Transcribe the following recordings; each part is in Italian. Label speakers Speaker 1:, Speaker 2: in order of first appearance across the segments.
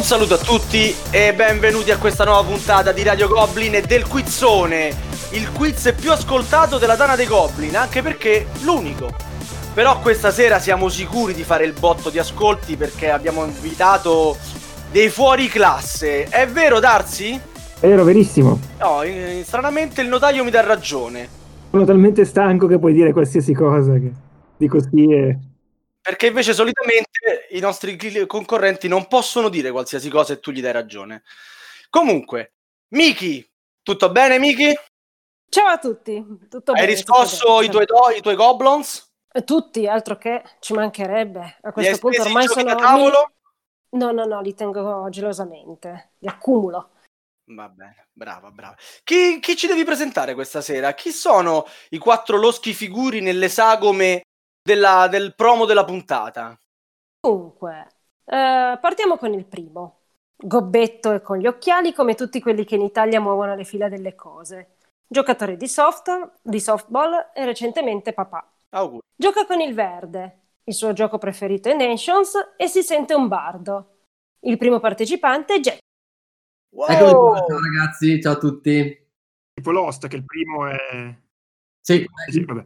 Speaker 1: saluto a tutti e benvenuti a questa nuova puntata di Radio Goblin e del Quizzone, il quiz più ascoltato della Tana dei Goblin, anche perché l'unico. Però questa sera siamo sicuri di fare il botto di ascolti perché abbiamo invitato dei fuori classe. È vero, Darsi?
Speaker 2: Vero, verissimo.
Speaker 1: No, stranamente il notaio mi dà ragione.
Speaker 2: Sono talmente stanco che puoi dire qualsiasi cosa che dico sì e...
Speaker 1: Perché invece solitamente i nostri concorrenti non possono dire qualsiasi cosa e tu gli dai ragione. Comunque, Miki, tutto bene, Miki?
Speaker 3: Ciao a tutti, tutto bene?
Speaker 1: Hai riscosso i tuoi goblins?
Speaker 3: Tutti, altro che ci mancherebbe. A
Speaker 1: Li
Speaker 3: questo
Speaker 1: hai
Speaker 3: punto
Speaker 1: spesi
Speaker 3: ormai
Speaker 1: in giochi
Speaker 3: sono
Speaker 1: da tavolo?
Speaker 3: No, li tengo gelosamente, li accumulo.
Speaker 1: Va bene, brava. Chi ci devi presentare questa sera? Chi sono i 4 loschi figuri nelle sagome del promo della puntata?
Speaker 3: Dunque, partiamo con il primo. Gobbetto e con gli occhiali come tutti quelli che in Italia muovono le fila delle cose. Giocatore di softball e recentemente papà.
Speaker 1: Auguri.
Speaker 3: Gioca con il verde. Il suo gioco preferito è Nations e si sente un bardo. Il primo partecipante è Jack.
Speaker 1: Wow!
Speaker 4: Eccomi qua, ciao ragazzi, ciao a tutti.
Speaker 2: Tipo Lost, che il primo è...
Speaker 4: Sì,
Speaker 2: vabbè.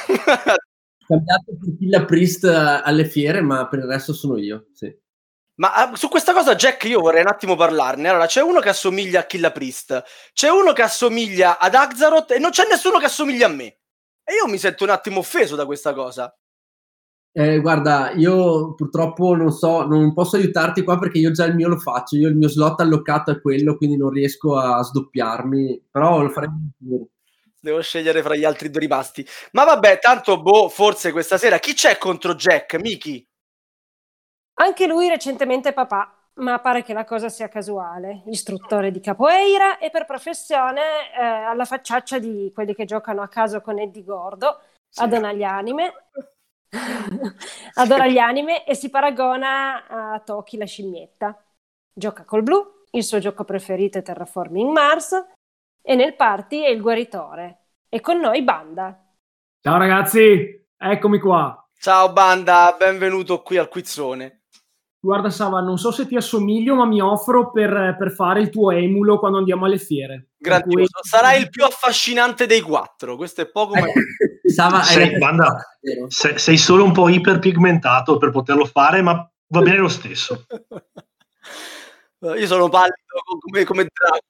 Speaker 4: cambiato per Killa Priest alle fiere, ma per il resto sono io, sì.
Speaker 1: Ma su questa cosa, Jack, io vorrei un attimo parlarne. Allora, c'è uno che assomiglia a Killa Priest, c'è uno che assomiglia ad Axaroth e non c'è nessuno che assomiglia a me. E io mi sento un attimo offeso da questa cosa.
Speaker 4: Guarda, io purtroppo non posso aiutarti qua perché io già il mio lo faccio, io il mio slot allocato è quello, quindi non riesco a sdoppiarmi, però lo farei.
Speaker 1: Devo scegliere fra gli altri due rimasti. Ma vabbè, tanto forse questa sera chi c'è contro Jack? Miki?
Speaker 3: Anche lui recentemente papà, ma pare che la cosa sia casuale. Istruttore di capoeira e per professione alla facciaccia di quelli che giocano a caso con Eddie Gordo,
Speaker 1: Sì.
Speaker 3: adora gli anime e si paragona a Toki la scimmietta. Gioca col blu, il suo gioco preferito è Terraforming Mars e nel party è il guaritore. E con noi Banda.
Speaker 5: Ciao ragazzi, eccomi qua.
Speaker 1: Ciao Banda, benvenuto qui al Quizzone.
Speaker 5: Guarda Sava, non so se ti assomiglio, ma mi offro per fare il tuo emulo quando andiamo alle fiere.
Speaker 1: Grandioso, sarai il più affascinante dei 4, questo è poco ma...
Speaker 4: Sava,
Speaker 6: Banda, sei solo un po' iperpigmentato per poterlo fare, ma va bene lo stesso.
Speaker 1: Io sono pallido come Dracula.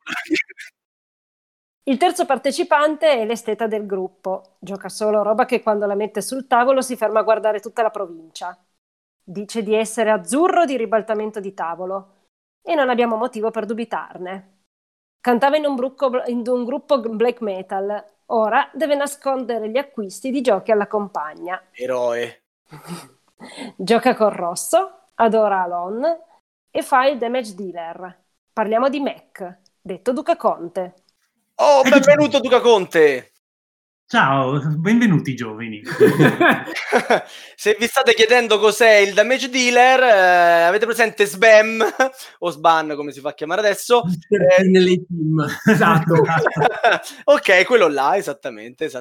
Speaker 3: Il terzo partecipante è l'esteta del gruppo. Gioca solo roba che quando la mette sul tavolo si ferma a guardare tutta la provincia. Dice di essere azzurro di ribaltamento di tavolo e non abbiamo motivo per dubitarne. Cantava in un gruppo black metal. Ora deve nascondere gli acquisti di giochi alla compagna.
Speaker 1: Eroe.
Speaker 3: Gioca col rosso, adora Alon e fa il damage dealer. Parliamo di Mac, detto Duca Conte.
Speaker 1: Oh, benvenuto Duca Conte!
Speaker 7: Ciao, benvenuti giovani.
Speaker 1: Se vi state chiedendo cos'è il damage dealer, avete presente Sbam o Sban come si fa a chiamare adesso?
Speaker 4: Nelle team.
Speaker 5: Esatto.
Speaker 1: Ok, quello là, esattamente.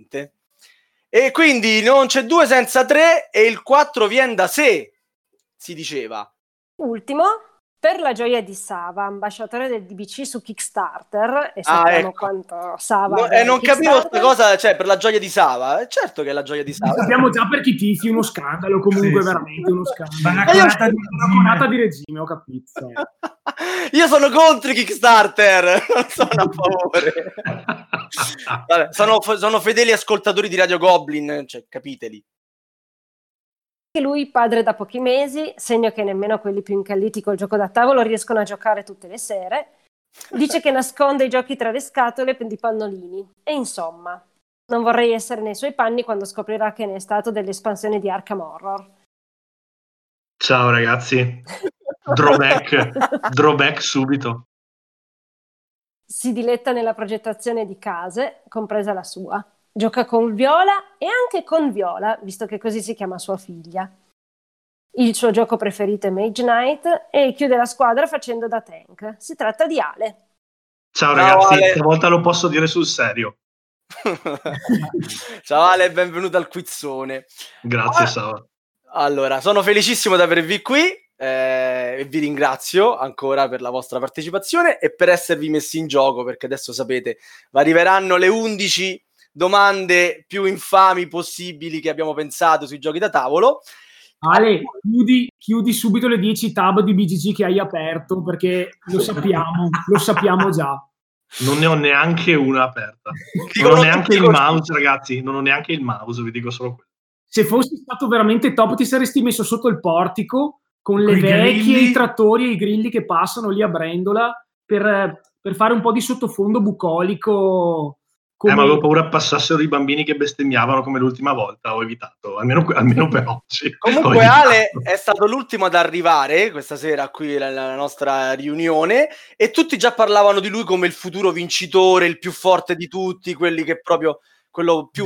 Speaker 1: E quindi non c'è 2 senza 3 e il 4 viene da sé, si diceva.
Speaker 3: Ultimo, per la gioia di Sava, ambasciatore del DBC su Kickstarter, e sappiamo
Speaker 1: ecco.
Speaker 3: quanto Sava...
Speaker 1: Non capivo questa cosa, cioè per la gioia di Sava. Certo che è la gioia di Sava.
Speaker 5: Sappiamo già per chi tifi uno scandalo, comunque
Speaker 7: Sì.
Speaker 5: veramente uno scandalo.
Speaker 7: Banacconata
Speaker 5: Di regime, ho capito.
Speaker 1: Io sono contro i Kickstarter, non sono a favore. Vabbè, sono fedeli ascoltatori di Radio Goblin, cioè capiteli.
Speaker 3: Anche lui padre da pochi mesi, segno che nemmeno quelli più incalliti col gioco da tavolo riescono a giocare tutte le sere. Dice che nasconde i giochi tra le scatole di pannolini. E insomma, non vorrei essere nei suoi panni quando scoprirà che ne è stato dell'espansione di Arkham Horror.
Speaker 6: Ciao ragazzi, drawback subito.
Speaker 3: Si diletta nella progettazione di case, compresa la sua. Gioca con Viola e anche con Viola, visto che così si chiama sua figlia. Il suo gioco preferito è Mage Knight e chiude la squadra facendo da tank. Si tratta di Ale.
Speaker 6: Ciao ragazzi,
Speaker 1: Ale.
Speaker 6: stavolta lo posso dire sul serio.
Speaker 1: Ciao Ale, benvenuto al Quizzone.
Speaker 6: Grazie Sava.
Speaker 1: Allora, sono felicissimo di avervi qui. e vi ringrazio ancora per la vostra partecipazione e per esservi messi in gioco, perché adesso sapete, arriveranno le 11 domande più infami possibili che abbiamo pensato sui giochi da tavolo.
Speaker 5: Ale, chiudi subito le 10 tab di BGG che hai aperto, perché lo sappiamo già.
Speaker 6: Non ne ho neanche una aperta. Non ho neanche il mouse, ragazzi, non ho neanche il mouse, vi dico solo quello.
Speaker 5: Se fossi stato veramente top ti saresti messo sotto il portico con le vecchie, i trattori e i grilli che passano lì a Brendola per fare un po' di sottofondo bucolico.
Speaker 6: Ma avevo paura passassero i bambini che bestemmiavano come l'ultima volta, ho evitato, almeno per oggi.
Speaker 1: Comunque Ale è stato l'ultimo ad arrivare questa sera qui alla nostra riunione e tutti già parlavano di lui come il futuro vincitore, il più forte di tutti, quelli che proprio quello più...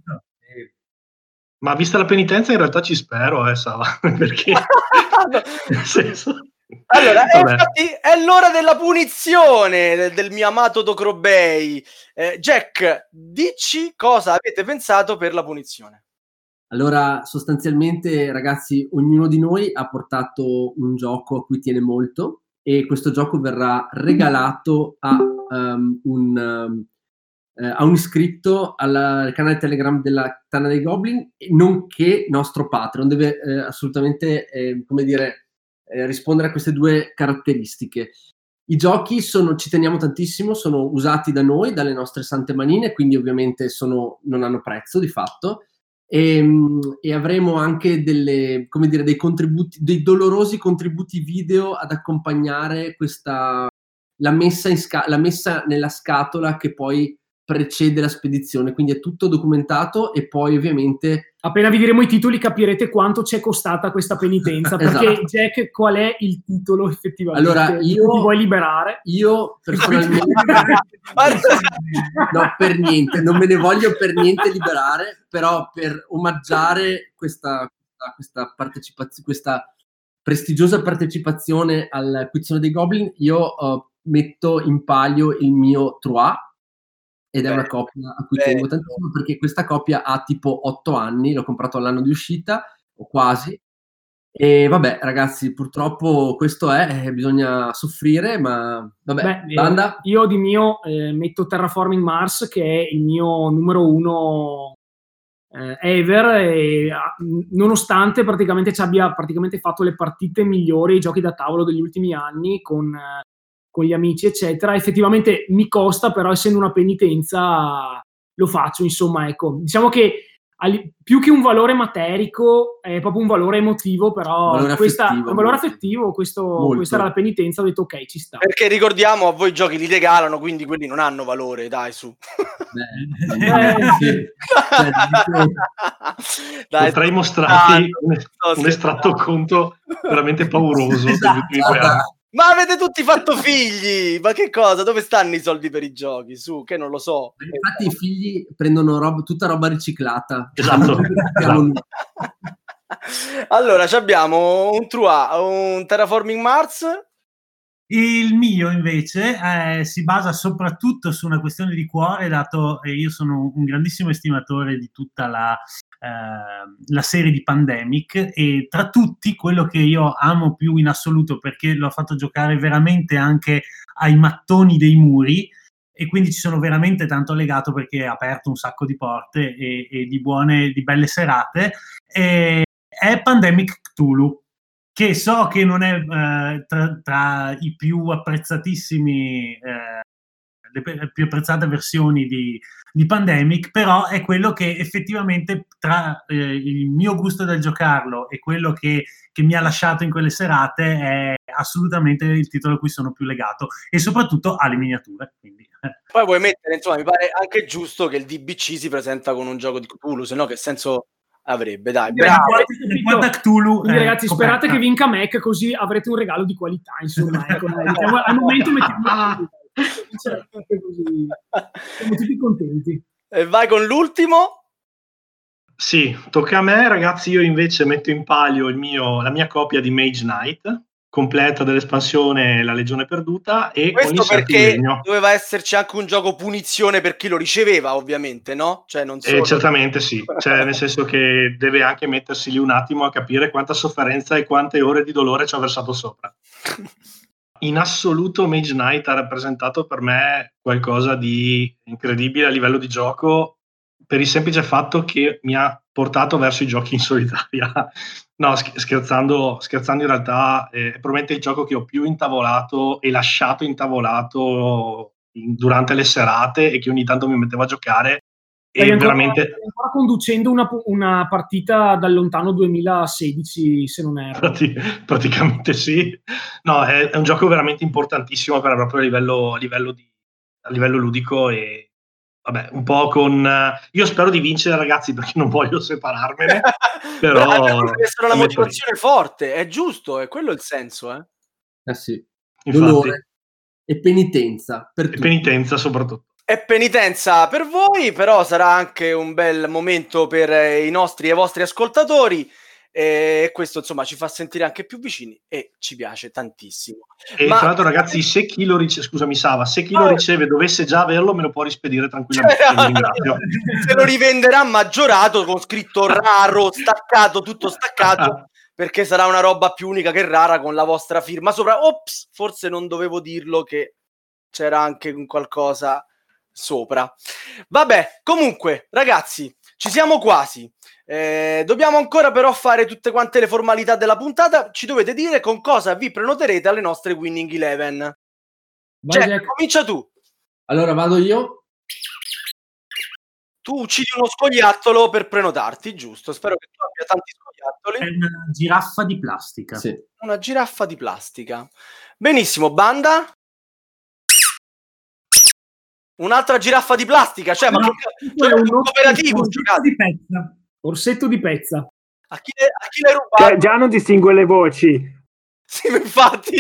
Speaker 6: Ma vista la penitenza in realtà ci spero, Sava, perché nel senso...
Speaker 1: Allora, infatti è l'ora della punizione del mio amato Docrobey. Jack, dici cosa avete pensato per la punizione.
Speaker 4: Allora, sostanzialmente, ragazzi, ognuno di noi ha portato un gioco a cui tiene molto e questo gioco verrà regalato a un iscritto al canale Telegram della Tana dei Goblin, nonché nostro Patreon. Deve assolutamente, rispondere a queste due caratteristiche. I giochi ci teniamo tantissimo, sono usati da noi, dalle nostre sante manine, quindi ovviamente non hanno prezzo di fatto, e avremo anche dei contributi, dei dolorosi contributi video ad accompagnare la messa nella scatola che poi precede la spedizione, quindi è tutto documentato e poi ovviamente
Speaker 5: appena vi diremo i titoli capirete quanto ci è costata questa penitenza. Perché esatto. Jack, qual è il titolo effettivamente?
Speaker 4: Allora,
Speaker 5: ti vuoi liberare?
Speaker 4: Io personalmente no, per niente, non me ne voglio per niente liberare, però per omaggiare questa prestigiosa partecipazione al Quizzone dei Goblin, io metto in palio il mio Trois. Ed è una coppia a cui tengo tantissimo, perché questa coppia ha tipo 8 anni, l'ho comprato all'anno di uscita, o quasi. E vabbè, ragazzi, purtroppo questo bisogna soffrire, ma vabbè, banda.
Speaker 5: Io di mio metto Terraforming Mars, che è il mio numero 1 ever, e nonostante praticamente ci abbia fatto le partite migliori, i giochi da tavolo degli ultimi anni, con gli amici eccetera, effettivamente mi costa, però essendo una penitenza lo faccio, insomma, ecco, diciamo che più che un valore materico è proprio un valore emotivo, però è un valore affettivo, questa era la penitenza, ho detto ok, ci sta.
Speaker 1: Perché ricordiamo, a voi i giochi li regalano, quindi quelli non hanno valore, dai, su.
Speaker 6: Dai, potrei mostrarti un estratto conto veramente pauroso degli ultimi 2 anni.
Speaker 1: Ma avete tutti fatto figli? Ma che cosa? Dove stanno i soldi per i giochi? Su, che non lo so.
Speaker 4: Infatti i figli prendono tutta roba riciclata.
Speaker 6: Esatto.
Speaker 1: Allora, abbiamo un Trois, un Terraforming Mars.
Speaker 7: Il mio invece si basa soprattutto su una questione di cuore, dato io sono un grandissimo estimatore di tutta la serie di Pandemic, e tra tutti quello che io amo più in assoluto, perché l'ho fatto giocare veramente anche ai mattoni dei muri e quindi ci sono veramente tanto legato, perché ha aperto un sacco di porte e di belle serate, è Pandemic Cthulhu, che so che non è tra i più apprezzatissimi, le più apprezzate versioni di Pandemic, però è quello che effettivamente tra il mio gusto del giocarlo e quello che mi ha lasciato in quelle serate è assolutamente il titolo a cui sono più legato, e soprattutto alle miniature. Quindi.
Speaker 1: Poi vuoi mettere, insomma, mi pare anche giusto che il DBC si presenta con un gioco di Cthulhu, se no che senso avrebbe? Dai,
Speaker 7: guarda Cthulhu,
Speaker 5: quindi ragazzi, sperate che vinca Mac, così avrete un regalo di qualità, insomma, ecco, diciamo, al momento mettiamo così, siamo tutti contenti.
Speaker 1: E vai con l'ultimo.
Speaker 6: Sì, tocca a me, ragazzi. Io invece metto in palio la mia copia di Mage Knight, completa dell'espansione La Legione Perduta, e
Speaker 1: questo
Speaker 6: con
Speaker 1: perché doveva esserci anche un gioco punizione per chi lo riceveva, ovviamente, no? Cioè non solo...
Speaker 6: certamente sì, cioè nel senso che deve anche mettersi lì un attimo a capire quanta sofferenza e quante ore di dolore ci ha versato sopra. In assoluto Mage Knight ha rappresentato per me qualcosa di incredibile a livello di gioco, per il semplice fatto che mi ha portato verso i giochi in solitaria. No, scherzando in realtà è probabilmente il gioco che ho più intavolato e lasciato intavolato durante le serate e che ogni tanto mi mettevo a giocare.
Speaker 5: Stai
Speaker 6: E
Speaker 5: ancora
Speaker 6: veramente
Speaker 5: conducendo una partita dal lontano 2016, se non erro.
Speaker 6: praticamente sì. No, è un gioco veramente importantissimo per proprio a livello ludico e vabbè, un po' con... io spero di vincere, ragazzi, perché non voglio separarmene, però...
Speaker 1: deve essere una motivazione forte, è giusto, è quello il senso, eh?
Speaker 4: Sì.
Speaker 6: Infatti.
Speaker 4: Dolore e penitenza per tutti.
Speaker 6: Penitenza soprattutto.
Speaker 1: È penitenza per voi, però sarà anche un bel momento per i nostri e i vostri ascoltatori e questo insomma ci fa sentire anche più vicini e ci piace tantissimo.
Speaker 6: E tra l'altro ragazzi, se chi lo riceve, scusami Sava, se chi lo riceve dovesse già averlo me lo può rispedire tranquillamente,
Speaker 1: se lo rivenderà maggiorato con scritto raro, staccato, tutto staccato, perché sarà una roba più unica che rara con la vostra firma sopra. Ops, forse non dovevo dirlo che c'era anche un qualcosa sopra. Vabbè, comunque ragazzi, ci siamo quasi. Dobbiamo ancora però fare tutte quante le formalità della puntata. Ci dovete dire con cosa vi prenoterete alle nostre Winning Eleven. Comincia tu.
Speaker 4: Allora vado io.
Speaker 1: Tu uccidi uno scoiattolo per prenotarti, giusto? Spero che tu abbia tanti scoiattoli.
Speaker 7: È una giraffa di plastica.
Speaker 4: Sì.
Speaker 1: Una giraffa di plastica. Benissimo, Banda. Un'altra giraffa di plastica, cioè, ma che un cooperativo,
Speaker 5: orsetto di pezza.
Speaker 1: A chi l'hai rubato?
Speaker 2: Cioè, già non distingue le voci.
Speaker 1: Sì, infatti.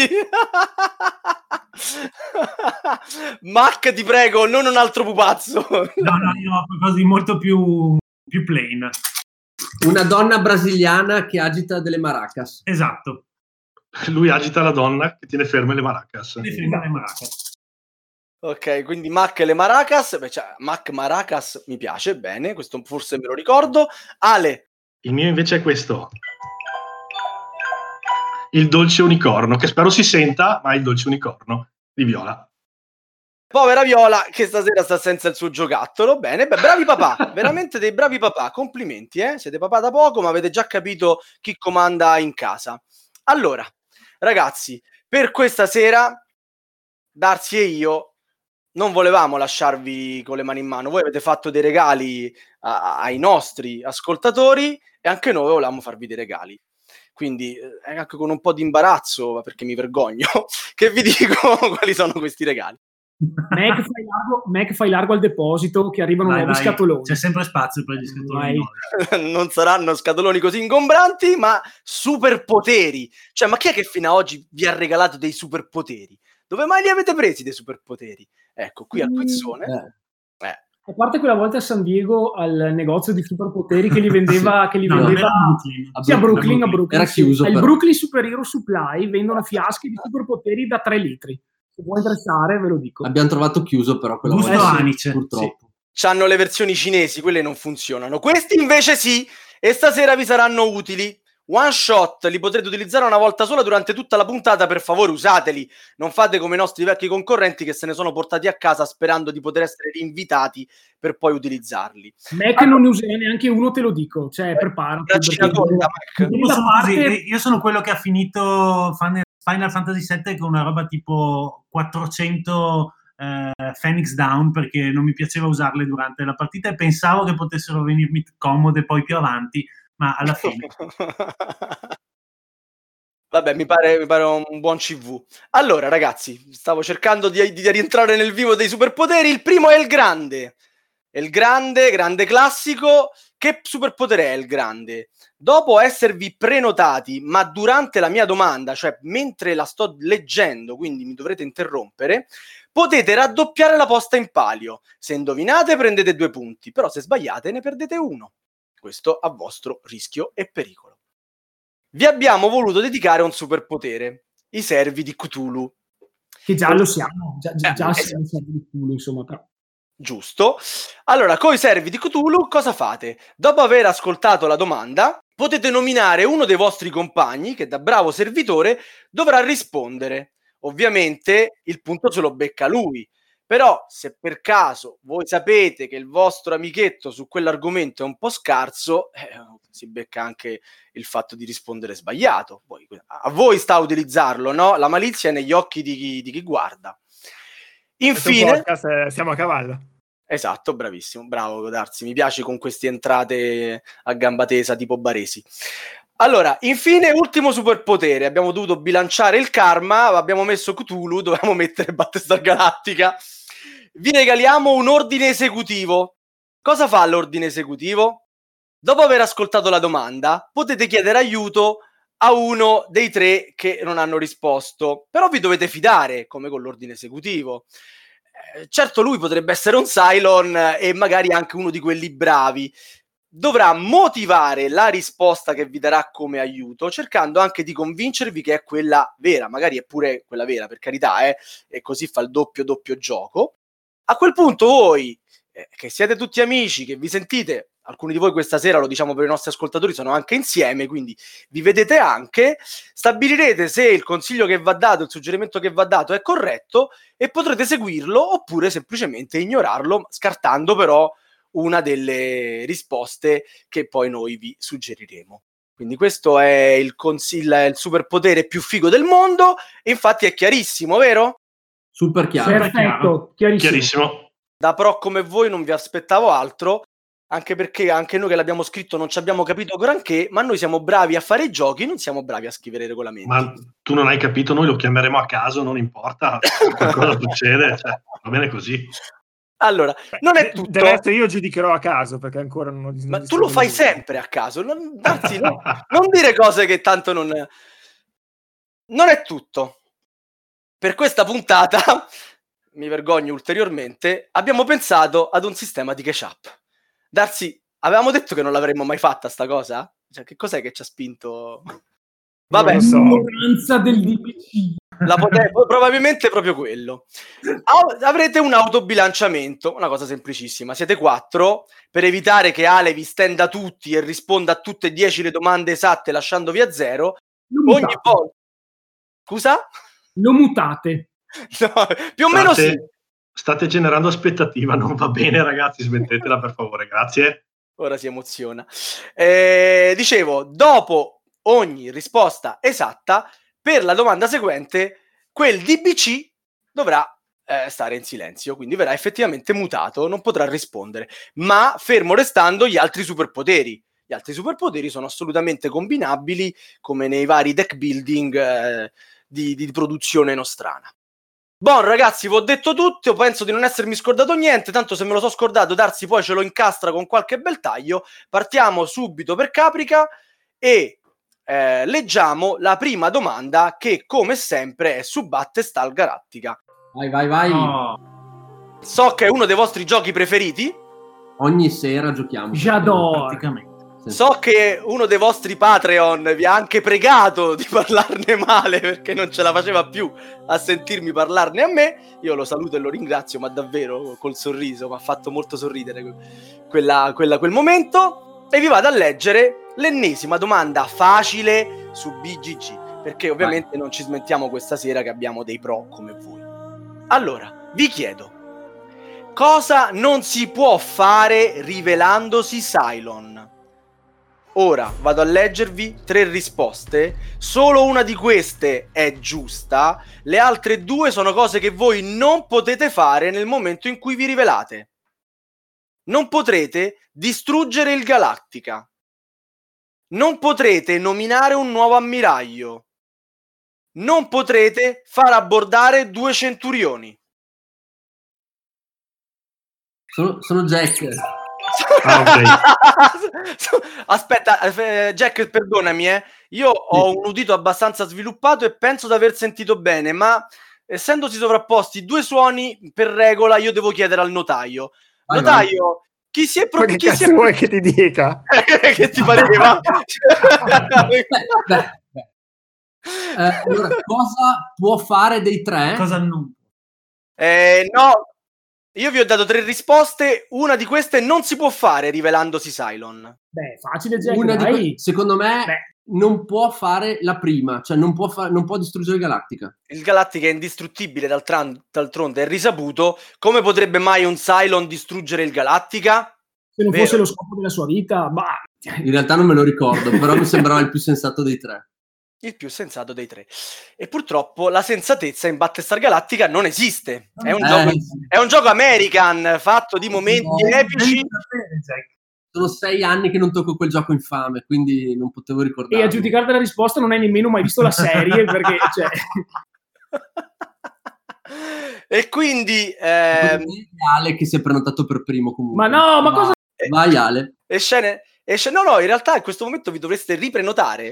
Speaker 1: Mac, ti prego, non un altro pupazzo.
Speaker 7: No, io ho qualcosa di molto più plain.
Speaker 4: Una donna brasiliana che agita delle maracas.
Speaker 7: Esatto.
Speaker 6: Lui agita la donna che tiene ferme le maracas.
Speaker 1: Ok, quindi Mac e le maracas. Beh, cioè, Mac maracas mi piace, bene, questo forse me lo ricordo. Ale.
Speaker 6: Il mio invece è questo. Il dolce unicorno, che spero si senta, ma è il dolce unicorno di Viola.
Speaker 1: Povera Viola, che stasera sta senza il suo giocattolo. Bene, beh, bravi papà, veramente dei bravi papà, complimenti, siete papà da poco, ma avete già capito chi comanda in casa. Allora, ragazzi, per questa sera, Darsi e io non volevamo lasciarvi con le mani in mano. Voi avete fatto dei regali ai nostri ascoltatori e anche noi volevamo farvi dei regali. Quindi anche con un po' di imbarazzo, perché mi vergogno, che vi dico quali sono questi regali.
Speaker 5: Mac, fai largo al deposito che arrivano nuovi scatoloni.
Speaker 7: C'è sempre spazio per gli scatoloni nuovi.
Speaker 1: Non saranno scatoloni così ingombranti, ma superpoteri. Cioè, ma chi è che fino ad oggi vi ha regalato dei superpoteri? Dove mai li avete presi dei superpoteri? Ecco, qui al Quizzone.
Speaker 5: A parte quella volta a San Diego al negozio di superpoteri che li vendeva, a Brooklyn.
Speaker 4: Era chiuso.
Speaker 5: Al Brooklyn Superhero Supply vendono fiaschi di superpoteri da 3 litri. Se vuoi interessare, ve lo dico.
Speaker 4: Abbiamo trovato chiuso però quella volta,
Speaker 7: anice,
Speaker 4: purtroppo.
Speaker 1: Sì. C'hanno le versioni cinesi, quelle non funzionano. Questi invece sì, e stasera vi saranno utili. One shot, li potrete utilizzare una volta sola durante tutta la puntata, per favore usateli, non fate come i nostri vecchi concorrenti che se ne sono portati a casa sperando di poter essere rinvitati per poi utilizzarli.
Speaker 5: Mac non ne userà neanche uno, te lo dico, cioè preparati.
Speaker 7: Io sono quello che ha finito Final Fantasy VII con una roba tipo 400 Phoenix Down, perché non mi piaceva usarle durante la partita e pensavo che potessero venirmi comode poi più avanti, ma alla fine
Speaker 1: vabbè, mi pare un buon CV. Allora ragazzi, stavo cercando di rientrare nel vivo dei superpoteri. Il primo è il grande classico. Che superpotere è il grande? Dopo esservi prenotati, ma durante la mia domanda, cioè mentre la sto leggendo, quindi mi dovrete interrompere, potete raddoppiare la posta in palio. Se indovinate prendete 2 punti, però se sbagliate ne perdete 1. Questo a vostro rischio e pericolo. Vi abbiamo voluto dedicare un superpotere, i servi di Cthulhu.
Speaker 5: Che già lo siamo, già siamo servi di Cthulhu, insomma, però.
Speaker 1: Giusto. Allora, coi servi di Cthulhu cosa fate? Dopo aver ascoltato la domanda, potete nominare uno dei vostri compagni che da bravo servitore dovrà rispondere. Ovviamente il punto se lo becca lui. Però se per caso voi sapete che il vostro amichetto su quell'argomento è un po' scarso, si becca anche il fatto di rispondere sbagliato. Poi, a voi sta a utilizzarlo, no? La malizia è negli occhi di chi guarda. Infine,
Speaker 2: podcast, siamo a cavallo.
Speaker 1: esatto, bravissimo, bravo Darsi, mi piace con queste entrate a gamba tesa tipo Baresi. Allora, infine, ultimo superpotere, abbiamo dovuto bilanciare il karma, abbiamo messo Cthulhu, dovevamo mettere Battlestar Galactica. Vi regaliamo un ordine esecutivo. Cosa fa l'ordine esecutivo? Dopo aver ascoltato la domanda, potete chiedere aiuto a uno dei 3 che non hanno risposto, però vi dovete fidare, come con l'ordine esecutivo. Certo, lui potrebbe essere un Cylon e magari anche uno di quelli bravi. Dovrà motivare la risposta che vi darà come aiuto, cercando anche di convincervi che è quella vera, magari è pure quella vera, per carità, e così fa il doppio gioco. A quel punto voi, che siete tutti amici, che vi sentite, alcuni di voi questa sera, lo diciamo per i nostri ascoltatori, sono anche insieme, quindi vi vedete anche, stabilirete se il consiglio che va dato, il suggerimento che va dato è corretto e potrete seguirlo oppure semplicemente ignorarlo, scartando però una delle risposte che poi noi vi suggeriremo. Quindi questo è il superpotere più figo del mondo, e infatti è chiarissimo, vero?
Speaker 4: Super chiaro.
Speaker 5: Perfetto,
Speaker 6: Chiarissimo.
Speaker 1: Da pro come voi non vi aspettavo altro, anche perché anche noi che l'abbiamo scritto non ci abbiamo capito granché, ma noi siamo bravi a fare i giochi, non siamo bravi a scrivere i regolamenti.
Speaker 6: Ma tu non hai capito, noi lo chiameremo a caso, non importa cosa succede, cioè, va bene così.
Speaker 1: Allora, non è tutto.
Speaker 2: Del resto io giudicherò a caso, perché ancora non ho
Speaker 1: Ma tu lo fai sempre a caso, anzi, non dire cose che tanto non è tutto. Per questa puntata, mi vergogno ulteriormente, abbiamo pensato ad un sistema di catch-up. Darsi, avevamo detto che non l'avremmo mai fatta sta cosa? Cioè, che cos'è che ci ha spinto? Vabbè,
Speaker 5: l'ignoranza del DPC.
Speaker 1: Probabilmente proprio quello. Avrete un autobilanciamento, una cosa semplicissima. Siete 4, per evitare che Ale vi stenda tutti e risponda a tutte e 10 le domande esatte lasciandovi a 0. Ogni volta. Scusa?
Speaker 5: Lo mutate.
Speaker 1: No, più o meno sì.
Speaker 6: State generando aspettativa, non va bene ragazzi, smettetela per favore, grazie.
Speaker 1: Ora si emoziona. Dicevo, dopo ogni risposta esatta, per la domanda seguente, quel DBC dovrà stare in silenzio, quindi verrà effettivamente mutato, non potrà rispondere, ma fermo restando gli altri superpoteri. Gli altri superpoteri sono assolutamente combinabili, come nei vari deck building di produzione nostrana. Buon ragazzi, vi ho detto tutto, penso di non essermi scordato niente, tanto se me lo so scordato Darsi poi ce lo incastra con qualche bel taglio. Partiamo subito per Caprica e leggiamo la prima domanda che come sempre è su Battlestar Galactica.
Speaker 4: Vai.
Speaker 1: Oh. So che è uno dei vostri giochi preferiti.
Speaker 4: Ogni sera giochiamo.
Speaker 5: J'adore.
Speaker 7: Praticamente.
Speaker 1: So che uno dei vostri Patreon vi ha anche pregato di parlarne male perché non ce la faceva più a sentirmi parlarne a me. Io lo saluto e lo ringrazio, ma davvero col sorriso, mi ha fatto molto sorridere quel momento. E vi vado a leggere l'ennesima domanda facile su BGG, perché ovviamente non ci smettiamo questa sera che abbiamo dei pro come voi. Allora, vi chiedo, cosa non si può fare rivelandosi Cylon? Ora vado a leggervi 3 risposte, solo una di queste è giusta, le altre 2 sono cose che voi non potete fare nel momento in cui vi rivelate. Non potrete distruggere il Galactica. Non potrete nominare un nuovo ammiraglio. Non potrete far abbordare 2 centurioni.
Speaker 4: Sono Jack.
Speaker 6: Okay.
Speaker 1: Aspetta, Jack, perdonami, io ho un udito abbastanza sviluppato e penso di aver sentito bene, ma essendosi sovrapposti 2 suoni, per regola io devo chiedere al notaio. Notaio, chi si è
Speaker 2: che cazzo vuoi che ti dica?
Speaker 1: Che ti pareva?
Speaker 4: Allora, cosa può fare dei 3?
Speaker 7: Cosa non?
Speaker 1: No. Io vi ho dato 3 risposte, una di queste non si può fare rivelandosi Cylon.
Speaker 5: Beh, facile, Jack,
Speaker 4: secondo me non può fare la prima, cioè non può distruggere Galactica.
Speaker 1: Il Galactica è indistruttibile, d'altronde è risaputo. Come potrebbe mai un Cylon distruggere il Galactica?
Speaker 5: Se non fosse lo scopo della sua vita, bah.
Speaker 4: In realtà non me lo ricordo, però mi sembrava il più sensato dei 3.
Speaker 1: Il più sensato dei 3. E purtroppo la sensatezza in Battlestar Galactica non esiste. È un gioco American fatto di momenti epici.
Speaker 4: Sono 6 anni che non tocco quel gioco infame, quindi non potevo ricordare.
Speaker 5: E a giudicare dalla risposta non hai nemmeno mai visto la serie, perché
Speaker 1: E quindi
Speaker 4: Ale che si è prenotato per primo comunque.
Speaker 5: Ma no, ma cosa?
Speaker 4: Vai Ale.
Speaker 1: E scene... No, in realtà in questo momento vi dovreste riprenotare.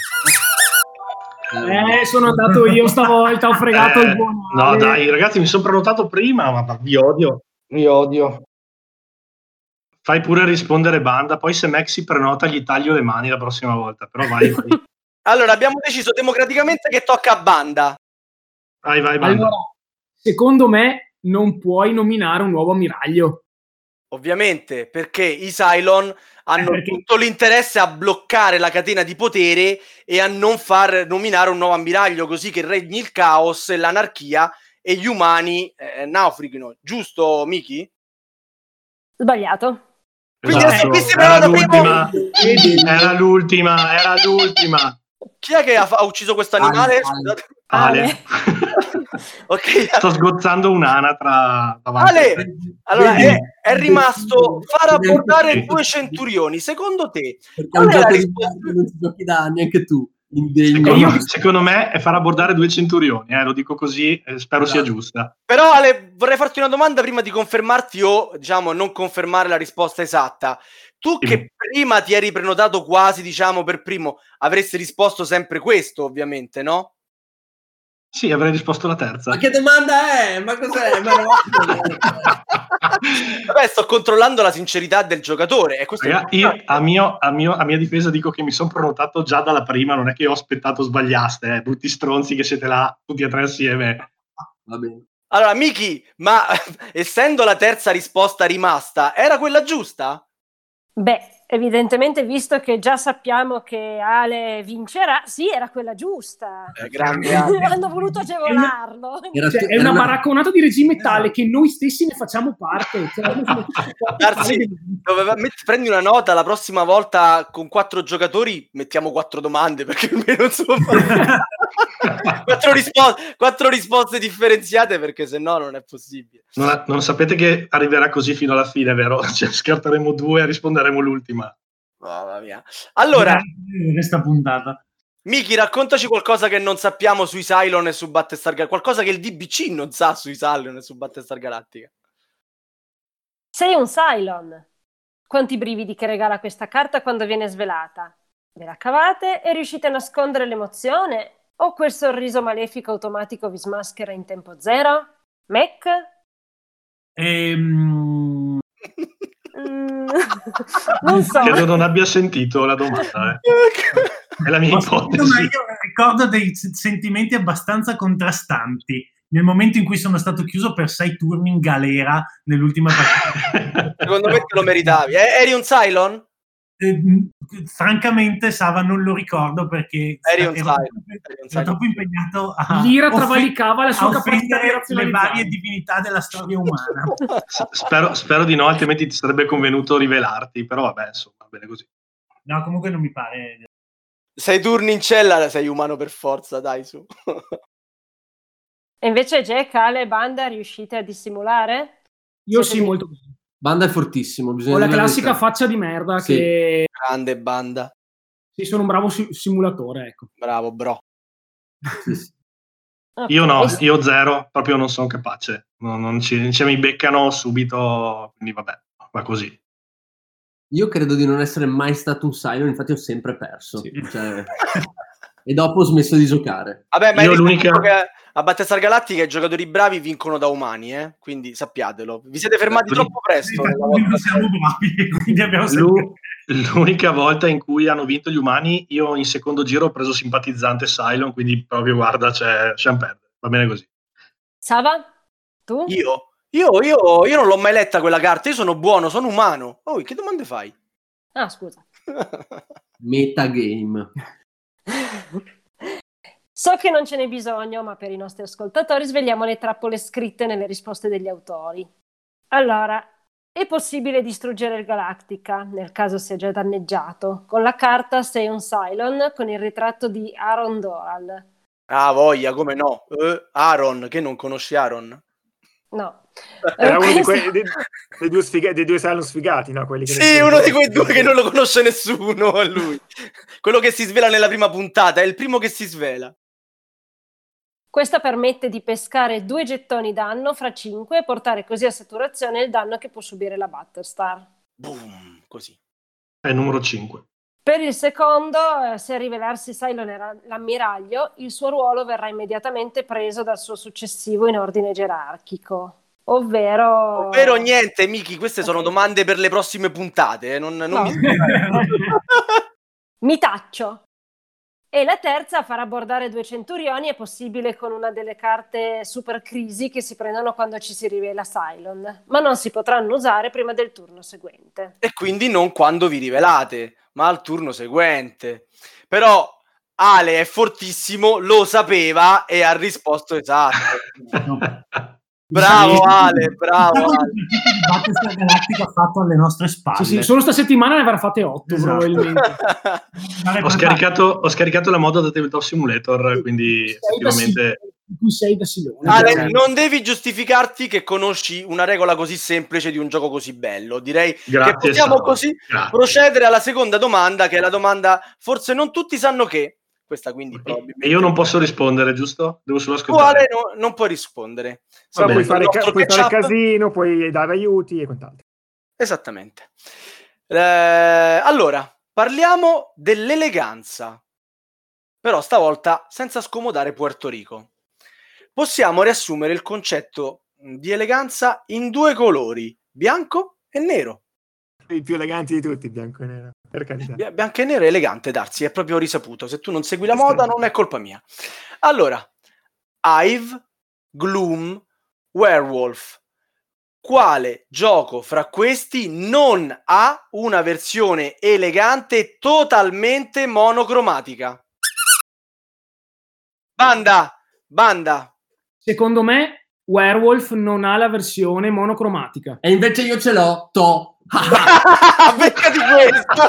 Speaker 5: Sono andato io stavolta, ho fregato il buon Ale.
Speaker 6: No dai, ragazzi, mi sono prenotato prima, ma vi odio. Fai pure rispondere Banda, poi se Max si prenota gli taglio le mani la prossima volta, però vai.
Speaker 1: Allora, abbiamo deciso democraticamente che tocca a Banda.
Speaker 6: Vai, Banda.
Speaker 5: Allora, secondo me non puoi nominare un nuovo ammiraglio.
Speaker 1: Ovviamente, perché i Cylon hanno tutto l'interesse a bloccare la catena di potere e a non far nominare un nuovo ammiraglio, così che regni il caos e l'anarchia e gli umani naufraghino. Giusto, Miki?
Speaker 3: Sbagliato.
Speaker 1: Quindi
Speaker 6: era l'ultima.
Speaker 1: Chi è che ha ucciso questo animale?
Speaker 6: Ale.
Speaker 1: Ok.
Speaker 6: Sto sgozzando un'anatra davanti.
Speaker 1: Ale, allora è rimasto far abbordare 2 centurioni. Secondo te?
Speaker 4: Perché è un gioco di non ci giochi da anni, anche tu.
Speaker 6: Secondo me è far abbordare 2 centurioni, lo dico così, spero sia giusta.
Speaker 1: Però Ale, vorrei farti una domanda prima di confermarti o diciamo non confermare la risposta esatta. Tu che prima ti eri prenotato quasi diciamo per primo, avresti risposto sempre questo, ovviamente, no?
Speaker 6: Sì, avrei risposto la terza.
Speaker 4: Ma che domanda è? Ma cos'è?
Speaker 1: Vabbè, sto controllando la sincerità del giocatore. E questo
Speaker 6: io a mia difesa dico che mi sono prenotato già dalla prima, non è che ho aspettato sbagliaste, brutti stronzi che siete là tutti e 3 assieme.
Speaker 4: Va bene.
Speaker 1: Allora, Miki, ma essendo la terza risposta rimasta, era quella giusta?
Speaker 3: Beh, evidentemente, visto che già sappiamo che Ale vincerà, sì, era quella giusta.
Speaker 1: Grande
Speaker 3: Hanno voluto agevolarlo.
Speaker 5: È una baracconata di regime tale che noi stessi ne facciamo parte.
Speaker 1: Prendi una nota, la prossima volta con 4 giocatori mettiamo 4 domande, perché almeno insomma 4 risposte differenziate, perché sennò non è possibile.
Speaker 6: Non sapete che arriverà così fino alla fine, vero? Cioè, scarteremo 2 e risponderemo l'ultima.
Speaker 1: Mamma mia. Allora,
Speaker 7: questa puntata.
Speaker 1: Miki, raccontaci qualcosa che non sappiamo sui Cylon e su Battlestar Galactica, qualcosa che il DBC non sa sui Cylon e su Battlestar Galactica.
Speaker 3: Sei un Cylon. Quanti brividi che regala questa carta quando viene svelata. Ve la cavate e riuscite a nascondere l'emozione? O quel sorriso malefico automatico vi smaschera in tempo zero? Mac? Non so.
Speaker 6: Credo non abbia sentito la domanda. È la mia ipotesi.
Speaker 7: Ma io ricordo dei sentimenti abbastanza contrastanti nel momento in cui sono stato chiuso per 6 turni in galera nell'ultima partita.
Speaker 1: Secondo me te lo meritavi. Eri un Cylon?
Speaker 7: Francamente, Sava, non lo ricordo perché ero troppo impegnato a
Speaker 5: l'ira travalicava la sua capacità di
Speaker 7: le
Speaker 5: razionalizzare
Speaker 7: varie divinità della storia umana.
Speaker 6: Spero di no, altrimenti ti sarebbe convenuto rivelarti, però vabbè, insomma, va bene così.
Speaker 7: No, comunque non mi pare.
Speaker 1: 6 turni in cella, sei umano per forza, dai su.
Speaker 3: E invece Jack, Ale e Banda riuscite a dissimulare?
Speaker 5: Io sì, molto bene.
Speaker 4: Banda è fortissimo.
Speaker 5: Ho la classica faccia di merda che...
Speaker 1: Grande Banda.
Speaker 5: Sì, sono un bravo simulatore, ecco.
Speaker 1: Bravo, bro.
Speaker 4: Sì.
Speaker 3: Okay.
Speaker 6: Io no, io 0, proprio non sono capace. Non mi beccano subito, quindi vabbè, va così.
Speaker 4: Io credo di non essere mai stato un Cylon, infatti ho sempre perso. Sì. Cioè... e dopo ho smesso di giocare.
Speaker 1: Vabbè, ma che a Battlestar Galactica i giocatori bravi vincono da umani, quindi sappiatelo. Vi siete fermati troppo presto.
Speaker 7: Non siamo bravi, quindi abbiamo sempre...
Speaker 6: L'unica volta in cui hanno vinto gli umani, io in secondo giro ho preso simpatizzante Cylon, quindi proprio guarda, c'è un perdere. Va bene così.
Speaker 3: Sava? Tu?
Speaker 1: Io Io non l'ho mai letta quella carta, io sono buono, sono umano. Oh, che domande fai?
Speaker 3: Ah, scusa.
Speaker 4: Metagame.
Speaker 3: So che non ce n'è bisogno, ma per i nostri ascoltatori svegliamo le trappole scritte nelle risposte degli autori. Allora, è possibile distruggere il Galactica, nel caso sia già danneggiato, con la carta Sei un Cylon con il ritratto di Aaron Doral.
Speaker 1: Ah, voglia, come no? Aaron, che non conosci Aaron?
Speaker 3: No.
Speaker 2: Era uno di
Speaker 3: Questo-
Speaker 2: dei due Cylon sfigati, no? Quelli che
Speaker 1: Sì, uno di quei due che non lo conosce nessuno, è lui. Quello che si svela nella prima puntata, è il primo che si svela.
Speaker 3: Questa permette di pescare 2 gettoni danno fra 5 e portare così a saturazione il danno che può subire la Battlestar.
Speaker 1: Boom, così.
Speaker 6: È il numero 5.
Speaker 3: Per il secondo, se a rivelarsi Cylon era l'ammiraglio, il suo ruolo verrà immediatamente preso dal suo successivo in ordine gerarchico. Ovvero
Speaker 1: Niente, Miki, queste sono domande per le prossime puntate. Non
Speaker 3: No.
Speaker 1: mi...
Speaker 3: Mi taccio. E la terza, far abbordare 2 centurioni è possibile con una delle carte super crisi che si prendono quando ci si rivela Cylon, ma non si potranno usare prima del turno seguente.
Speaker 1: E quindi non quando vi rivelate, ma al turno seguente. Però Ale è fortissimo, lo sapeva e ha risposto esatto. Bravo Ale, bravo Ale.
Speaker 7: Il Battlestar Galactica fatto alle nostre spalle.
Speaker 5: Sì, solo sta settimana ne avrà fatte 8
Speaker 7: Esatto.
Speaker 5: probabilmente.
Speaker 6: Ho scaricato la moda da Tabletop Simulator, quindi effettivamente...
Speaker 5: Qui sei da Silone.
Speaker 1: Ale, non devi giustificarti che conosci una regola così semplice di un gioco così bello. Direi
Speaker 6: Grazie,
Speaker 1: che possiamo
Speaker 6: Sava.
Speaker 1: così
Speaker 6: Grazie.
Speaker 1: procedere alla seconda domanda, che è la domanda forse non tutti sanno che. Questa quindi probabilmente...
Speaker 6: E io non posso rispondere, giusto? Devo solo
Speaker 1: Tu Ale
Speaker 6: ascoltare.
Speaker 1: non puoi rispondere.
Speaker 2: Però
Speaker 6: bene.
Speaker 2: puoi
Speaker 1: Il nostro
Speaker 2: fare
Speaker 1: catch-up-
Speaker 2: casino, puoi dare aiuti e quant'altro.
Speaker 1: Esattamente. Allora, parliamo dell'eleganza. Però stavolta senza scomodare Puerto Rico. Possiamo riassumere il concetto di eleganza in 2 colori, bianco e nero.
Speaker 2: I più eleganti di tutti, bianco e nero. Per carità.
Speaker 1: Bianco e nero è elegante, Darsi, è proprio risaputo. Se tu non segui la moda non è colpa mia. Allora, Hive, Gloom, Werewolf. Quale gioco fra questi non ha una versione elegante totalmente monocromatica? Banda.
Speaker 5: Secondo me Werewolf non ha la versione monocromatica.
Speaker 4: E invece io ce l'ho,
Speaker 1: Beccati questo.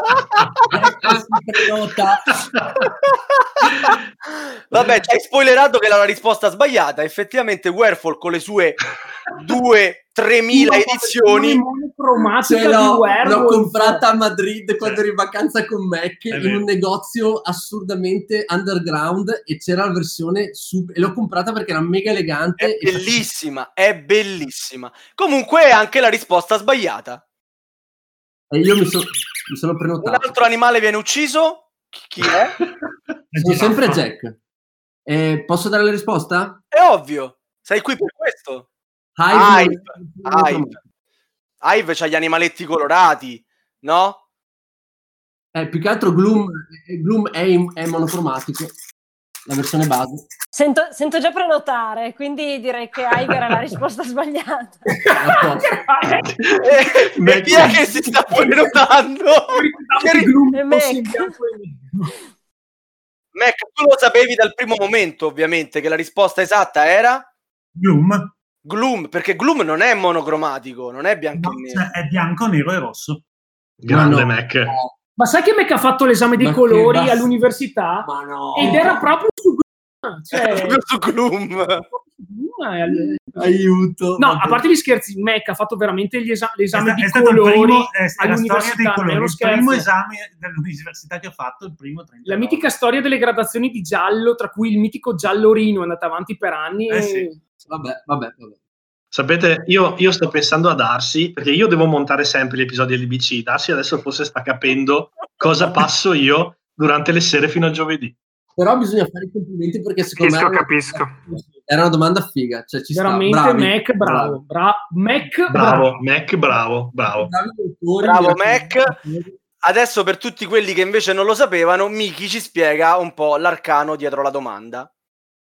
Speaker 1: Vabbè, ci hai spoilerato che era la risposta sbagliata. Effettivamente Werewolf con le sue 2-3.000 edizioni
Speaker 5: monocromatica
Speaker 4: Ce
Speaker 5: di
Speaker 4: l'ho
Speaker 5: Werewolf.
Speaker 4: comprata a Madrid quando ero in vacanza con Mac in
Speaker 6: vero.
Speaker 4: un negozio assurdamente underground e c'era la versione e l'ho comprata perché era mega elegante.
Speaker 1: è bellissima. Comunque è anche la risposta sbagliata.
Speaker 4: E io mi sono
Speaker 1: Un
Speaker 4: prenotato.
Speaker 1: altro animale viene ucciso? Chi è?
Speaker 4: Sono sempre Jack. Posso dare la risposta?
Speaker 1: È ovvio. Sei qui per questo.
Speaker 4: Hive.
Speaker 1: Hive c'ha gli animaletti colorati, no?
Speaker 4: Più che altro Gloom è monocromatico, la versione base.
Speaker 3: Sento già prenotare, quindi direi che Hive era la risposta sbagliata.
Speaker 1: E chi è che si sta prenotando?
Speaker 3: E Mac.
Speaker 1: Mac, tu lo sapevi dal primo momento, ovviamente, che la risposta esatta era Gloom, perché Gloom non è monocromatico, non è bianco e nero.
Speaker 7: Cioè, è bianco, nero e rosso.
Speaker 6: Grande
Speaker 4: no.
Speaker 6: Mac.
Speaker 5: Ma sai che Mac ha fatto l'esame dei
Speaker 4: Ma che
Speaker 5: colori
Speaker 4: basta.
Speaker 5: all'università?
Speaker 4: Ma no.
Speaker 5: Ed era proprio su Gloom. Cioè,
Speaker 1: Proprio su Gloom.
Speaker 4: Aiuto.
Speaker 5: No,
Speaker 4: vabbè.
Speaker 5: a parte gli scherzi, Mac ha fatto veramente l'esame di
Speaker 7: È stato il
Speaker 5: colori
Speaker 7: primo, è la storia dei
Speaker 5: all'università, non è
Speaker 7: colori,
Speaker 5: uno
Speaker 7: il primo
Speaker 5: scherzo.
Speaker 7: esame dell'università che ho fatto, il primo 30.
Speaker 5: La mitica storia delle gradazioni di giallo, tra cui il mitico giallo Rino è andata avanti per anni.
Speaker 7: Sì.
Speaker 4: Vabbè.
Speaker 6: Sapete, io sto pensando a Darsi, perché io devo montare sempre gli episodi LBC. Darsi adesso forse sta capendo cosa passo io durante le sere fino a giovedì.
Speaker 4: Però bisogna fare i complimenti perché secondo me
Speaker 2: Capisco.
Speaker 4: era una domanda figa. Cioè, ci
Speaker 5: Veramente
Speaker 4: sta. Bravi.
Speaker 5: Mac bravo. Mac
Speaker 6: Bravo, Mac, bravo.
Speaker 4: Bravi autori,
Speaker 1: Bravo,
Speaker 4: mi raccomando.
Speaker 1: Adesso, per tutti quelli che invece non lo sapevano, Miki ci spiega un po' l'arcano dietro la domanda.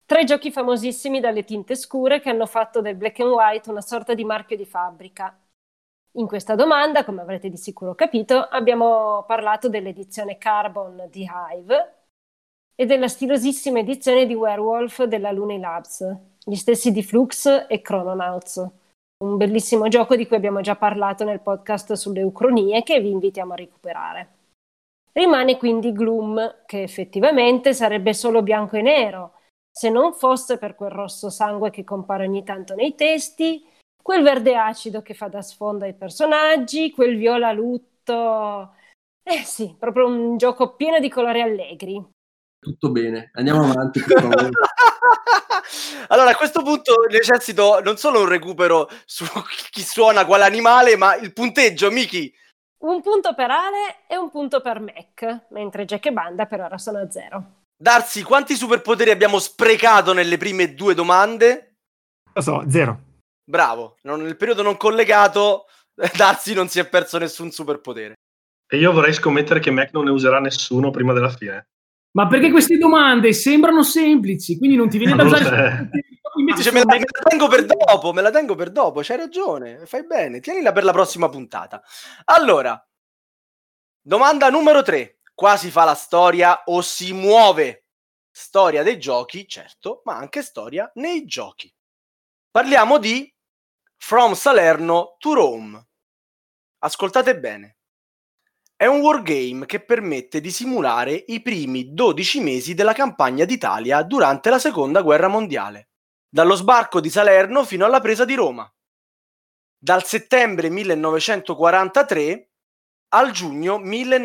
Speaker 3: 3 giochi famosissimi dalle tinte scure che hanno fatto del black and white una sorta di marchio di fabbrica. In questa domanda, come avrete di sicuro capito, abbiamo parlato dell'edizione Carbon di Hive e della stilosissima edizione di Werewolf della Looney Labs, gli stessi di Flux e Chrononauts, un bellissimo gioco di cui abbiamo già parlato nel podcast sulle ucronie che vi invitiamo a recuperare. Rimane quindi Gloom, che effettivamente sarebbe solo bianco e nero, se non fosse per quel rosso sangue che compare ogni tanto nei testi, quel verde acido che fa da sfondo ai personaggi, quel viola lutto. Sì, proprio un gioco pieno di colori allegri.
Speaker 4: Tutto bene, andiamo avanti. Per favore.
Speaker 1: Allora, a questo punto necessito non solo un recupero su chi suona quale animale, ma il punteggio, Miki.
Speaker 3: 1 punto per Ale e 1 punto per Mac, mentre Jack e Banda per ora sono a 0.
Speaker 1: Darsi, quanti superpoteri abbiamo sprecato nelle prime 2 domande?
Speaker 2: Lo so, 0.
Speaker 1: Bravo, nel periodo non collegato Darsi non si è perso nessun superpotere.
Speaker 6: E io vorrei scommettere che Mac non ne userà nessuno prima della fine.
Speaker 5: Ma perché queste domande sembrano semplici, quindi non ti viene da usare.
Speaker 1: Dice, me la tengo per dopo, c'hai ragione, fai bene, tienila per la prossima puntata. Allora, domanda numero 3. Qua si fa la storia o si muove? Storia dei giochi, certo, ma anche storia nei giochi. Parliamo di From Salerno to Rome. Ascoltate bene. È un wargame che permette di simulare i primi 12 mesi della campagna d'Italia durante la Seconda Guerra Mondiale, dallo sbarco di Salerno fino alla presa di Roma, dal settembre 1943 al giugno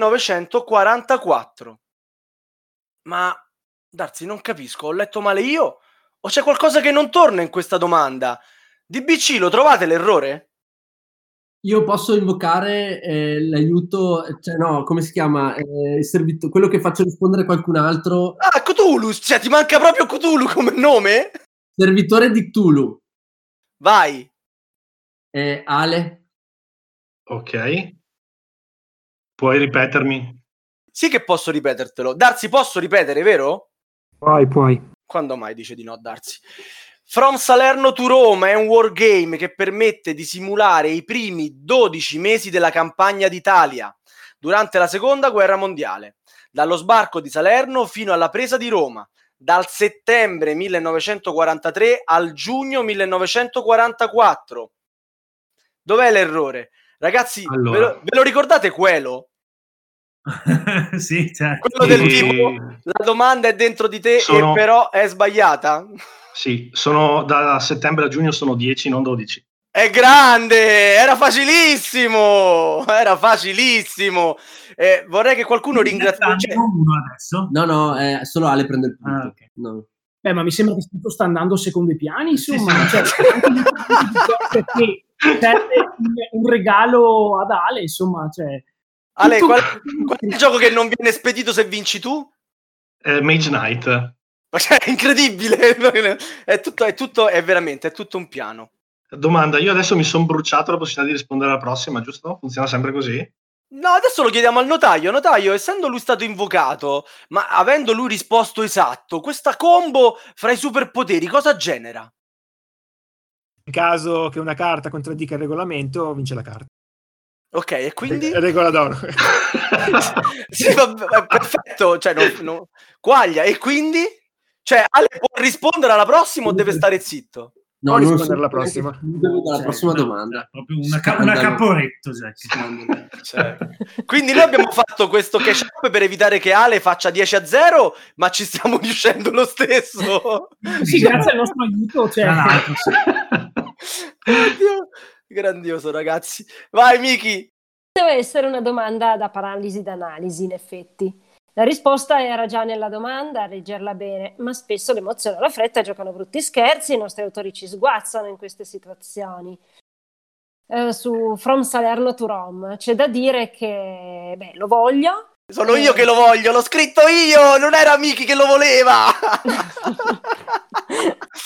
Speaker 1: 1944. Ma, Darsi, non capisco, ho letto male io? O c'è qualcosa che non torna in questa domanda? DBC, lo trovate l'errore?
Speaker 4: Io posso invocare l'aiuto, cioè no, come si chiama? Il quello che faccio rispondere qualcun altro.
Speaker 1: Ah, Cthulhu! Cioè, ti manca proprio Cthulhu come nome?
Speaker 4: Servitore di Cthulhu.
Speaker 1: Vai.
Speaker 4: Ale.
Speaker 6: Ok. Puoi ripetermi?
Speaker 1: Sì che posso ripetertelo. Darsi, posso ripetere, vero?
Speaker 2: Puoi.
Speaker 1: Quando mai dice di no, Darsi? From Salerno to Rome è un wargame che permette di simulare i primi 12 mesi della campagna d'Italia durante la Seconda Guerra Mondiale, dallo sbarco di Salerno fino alla presa di Roma, dal settembre 1943 al giugno 1944. Dov'è l'errore? Ragazzi,
Speaker 6: allora.
Speaker 1: ve lo ricordate quello?
Speaker 7: Sì, certo.
Speaker 1: Quello del tipo, la domanda è dentro di te e però è sbagliata?
Speaker 6: Sì, sono da settembre a giugno sono 10, non 12.
Speaker 1: È grande! Era facilissimo! Vorrei che qualcuno ringraziasse.
Speaker 7: Adesso?
Speaker 4: No, solo Ale prende il punto.
Speaker 7: Okay.
Speaker 4: No.
Speaker 5: Ma mi sembra che tutto sta andando secondo i piani, insomma. Sì. Cioè, perché serve un regalo ad Ale, insomma. Cioè,
Speaker 1: Ale, qual è il gioco che non viene spedito se vinci tu?
Speaker 6: Mage Knight.
Speaker 1: Ma cioè, è incredibile! È veramente, è tutto un piano.
Speaker 6: Domanda, io adesso mi sono bruciato la possibilità di rispondere alla prossima, giusto? Funziona sempre così?
Speaker 1: No, adesso lo chiediamo al notaio. Notaio, essendo lui stato invocato, ma avendo lui risposto esatto, questa combo fra i superpoteri cosa genera?
Speaker 2: In caso che una carta contraddica il regolamento, vince la carta.
Speaker 1: Ok, e quindi?
Speaker 2: Regola d'oro.
Speaker 1: Sì, perfetto. Cioè, quaglia, e quindi? Cioè, Ale può rispondere alla prossima o deve stare zitto?
Speaker 4: No,
Speaker 2: non
Speaker 4: rispondere
Speaker 2: alla prossima.
Speaker 4: Alla prossima domanda.
Speaker 7: Proprio una caporetto,
Speaker 1: cioè. Quindi noi abbiamo fatto questo catch up per evitare che Ale faccia 10-0, ma ci stiamo riuscendo lo stesso.
Speaker 5: Sì, grazie al nostro aiuto. Cioè.
Speaker 1: Grandioso, ragazzi. Vai, Miki.
Speaker 3: Deve essere una domanda da paralisi d'analisi, in effetti. La risposta era già nella domanda, a leggerla bene, ma spesso l'emozione e la fretta giocano brutti scherzi e i nostri autori ci sguazzano in queste situazioni. Su From Salerno to Rome c'è da dire che, lo voglio.
Speaker 1: Sono io che lo voglio, l'ho scritto io, non era Miki che lo voleva.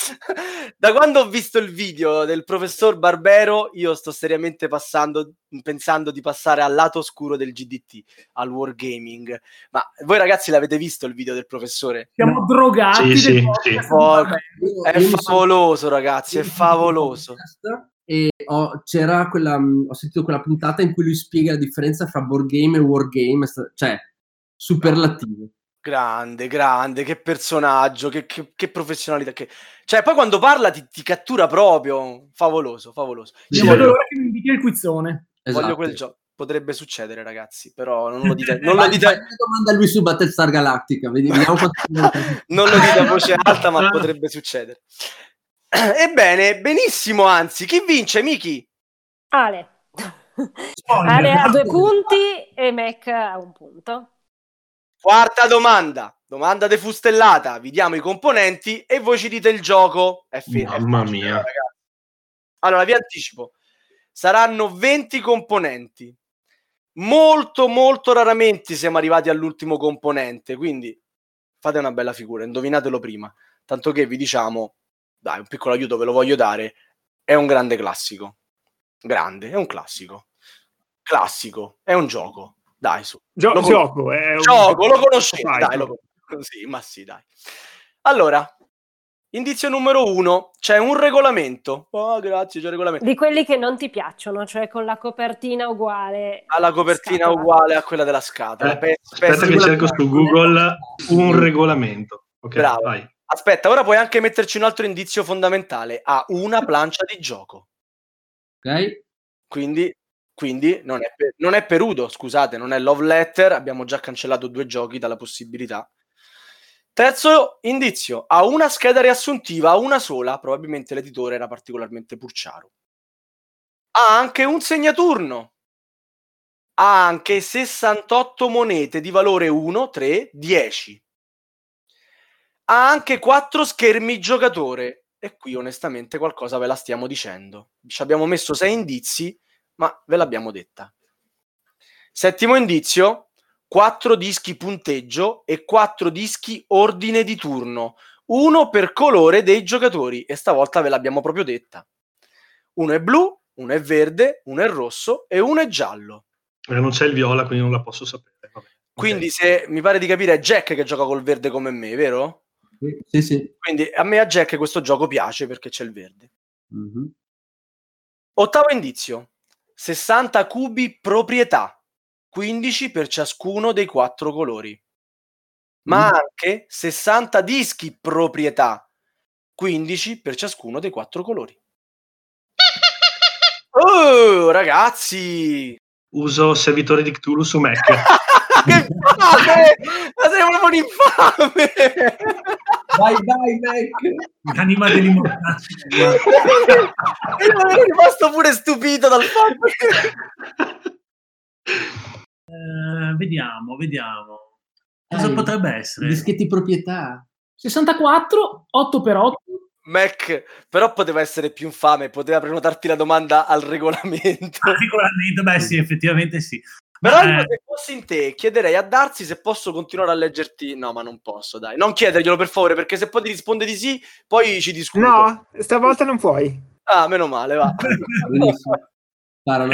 Speaker 1: Da quando ho visto il video del professor Barbero, io sto seriamente pensando di passare al lato oscuro del GDT, al wargaming. Ma voi ragazzi l'avete visto il video del professore?
Speaker 5: Siamo drogati
Speaker 6: Sì,
Speaker 5: del
Speaker 6: sì,
Speaker 5: podcast
Speaker 6: sì.
Speaker 5: di
Speaker 1: Porca-
Speaker 5: Barbero.
Speaker 1: È favoloso, ragazzi, è favoloso.
Speaker 4: E ho sentito quella puntata in cui lui spiega la differenza fra board game e wargame, cioè superlativo.
Speaker 1: Grande, che personaggio, che professionalità. Cioè, poi quando parla ti cattura proprio. Favoloso.
Speaker 5: Io vedo l'ora che mi inviti al quizzone.
Speaker 1: Voglio
Speaker 4: Esatto.
Speaker 1: quel gioco. Potrebbe succedere, ragazzi, però non lo dite. Non lo dite.
Speaker 4: Fai una domanda a lui su Battlestar Galactica, vediamo quanto
Speaker 1: Non lo dite a voce alta, ma potrebbe succedere. Ebbene, benissimo, anzi, chi vince, Miki?
Speaker 3: Ale.
Speaker 7: Spoiler.
Speaker 3: Ale ha 2 punti e Mac ha 1 punto.
Speaker 1: Quarta domanda defustellata. Vi diamo i componenti e voi ci dite il gioco.
Speaker 6: Mamma
Speaker 1: facile,
Speaker 6: mia.
Speaker 1: ragazzi. Allora, vi anticipo. Saranno 20 componenti. Molto, molto raramente siamo arrivati all'ultimo componente, quindi fate una bella figura, indovinatelo prima. Tanto che vi diciamo, dai, un piccolo aiuto ve lo voglio dare, è un grande classico. Grande, è un classico. Classico, è un gioco. Dai, su.
Speaker 2: Gioco, è un
Speaker 1: Gioco, lo conoscete,
Speaker 2: Vai,
Speaker 1: dai, sì, ma sì, dai. Allora, indizio numero 1, c'è un regolamento. Oh, grazie, c'è un regolamento.
Speaker 3: Di quelli che non ti piacciono, cioè con la copertina uguale.
Speaker 1: Ha la copertina
Speaker 3: scatola.
Speaker 1: uguale a quella della scatola.
Speaker 6: Aspetta che cerco su Google un regolamento. Ok,
Speaker 1: Bravo.
Speaker 6: vai.
Speaker 1: Aspetta, ora puoi anche metterci un altro indizio fondamentale. Ha una plancia di gioco.
Speaker 4: Ok?
Speaker 1: Quindi non è perudo, scusate, non è love letter, abbiamo già cancellato 2 giochi dalla possibilità. Terzo indizio, ha una scheda riassuntiva, una sola, probabilmente l'editore era particolarmente purciaro. Ha anche un segnaturno. Ha anche 68 monete di valore 1, 3, 10. Ha anche 4 schermi giocatore. E qui onestamente qualcosa ve la stiamo dicendo. Ci abbiamo messo 6 indizi, ma ve l'abbiamo detta. Settimo indizio, 4 dischi punteggio e 4 dischi ordine di turno. Uno per colore dei giocatori. E stavolta ve l'abbiamo proprio detta. Uno è blu, uno è verde, uno è rosso e uno è giallo.
Speaker 6: Non c'è il viola, quindi non la posso sapere. Vabbè.
Speaker 1: Quindi se mi pare di capire è Jack che gioca col verde come me, vero?
Speaker 4: Sì.
Speaker 1: Quindi a me a Jack questo gioco piace perché c'è il verde.
Speaker 4: Mm-hmm.
Speaker 1: Ottavo indizio, 60 cubi proprietà, 15 per ciascuno dei 4 colori. Ma anche 60 dischi proprietà, 15 per ciascuno dei 4 colori. Oh, ragazzi!
Speaker 6: Uso servitore di Cthulhu su Mac.
Speaker 1: Che fame! Ma sei proprio un infame!
Speaker 4: Vai, Mac!
Speaker 7: L'anima dell'immortaccia.
Speaker 1: Io ero rimasto pure stupito dal fatto che...
Speaker 7: Vediamo. Cosa potrebbe essere?
Speaker 4: Dischetti proprietà.
Speaker 5: 64, 8x8.
Speaker 1: Mac, però poteva essere più infame, poteva prenotarti la domanda al regolamento.
Speaker 7: Regolamento, beh sì, effettivamente sì.
Speaker 1: Però io se fossi in te chiederei a Darsi se posso continuare a leggerti. No, ma non posso, dai. Non chiederglielo per favore, perché se poi ti risponde di sì, poi ci discuto.
Speaker 2: No, stavolta non puoi.
Speaker 1: Ah, meno male, va.
Speaker 4: Benissimo.
Speaker 7: non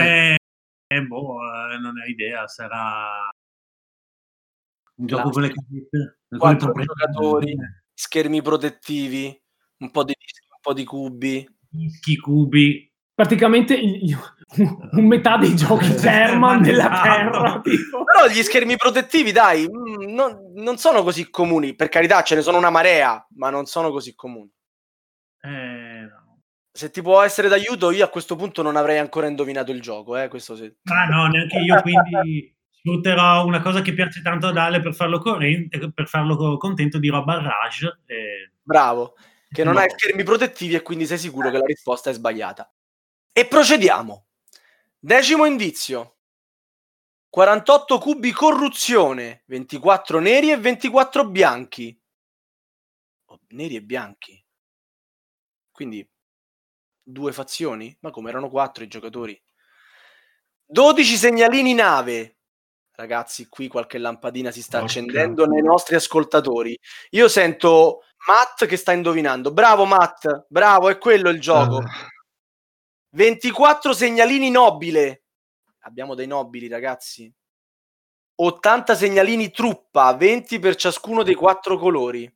Speaker 7: ho idea, sarà un gioco con le casette.
Speaker 1: 4 giocatori, schermi protettivi, un po' di dischi, un po' di cubi.
Speaker 7: Dischi, cubi.
Speaker 5: Praticamente un metà dei giochi German della Terra. Tipo.
Speaker 1: Però gli schermi protettivi, dai, non sono così comuni. Per carità, ce ne sono una marea, ma non sono così comuni.
Speaker 7: No.
Speaker 1: Se ti può essere d'aiuto, io a questo punto non avrei ancora indovinato il gioco, questo sì.
Speaker 7: Ah no, neanche io, quindi sfrutterò una cosa che piace tanto ad Ale per farlo contento, dirò Barrage.
Speaker 1: Bravo, che non hai schermi protettivi e quindi sei sicuro che la risposta è sbagliata. E procediamo. 10° indizio. 48 cubi corruzione, 24 neri e 24 bianchi. Neri e bianchi. Quindi 2 fazioni? Ma come erano 4 i giocatori? 12 segnalini nave. Ragazzi, qui qualche lampadina si sta accendendo nei nostri ascoltatori. Io sento Matt che sta indovinando. Bravo Matt, bravo, è quello il gioco. 24 segnalini nobile. Abbiamo dei nobili, ragazzi. 80 segnalini truppa, 20 per ciascuno dei 4 colori.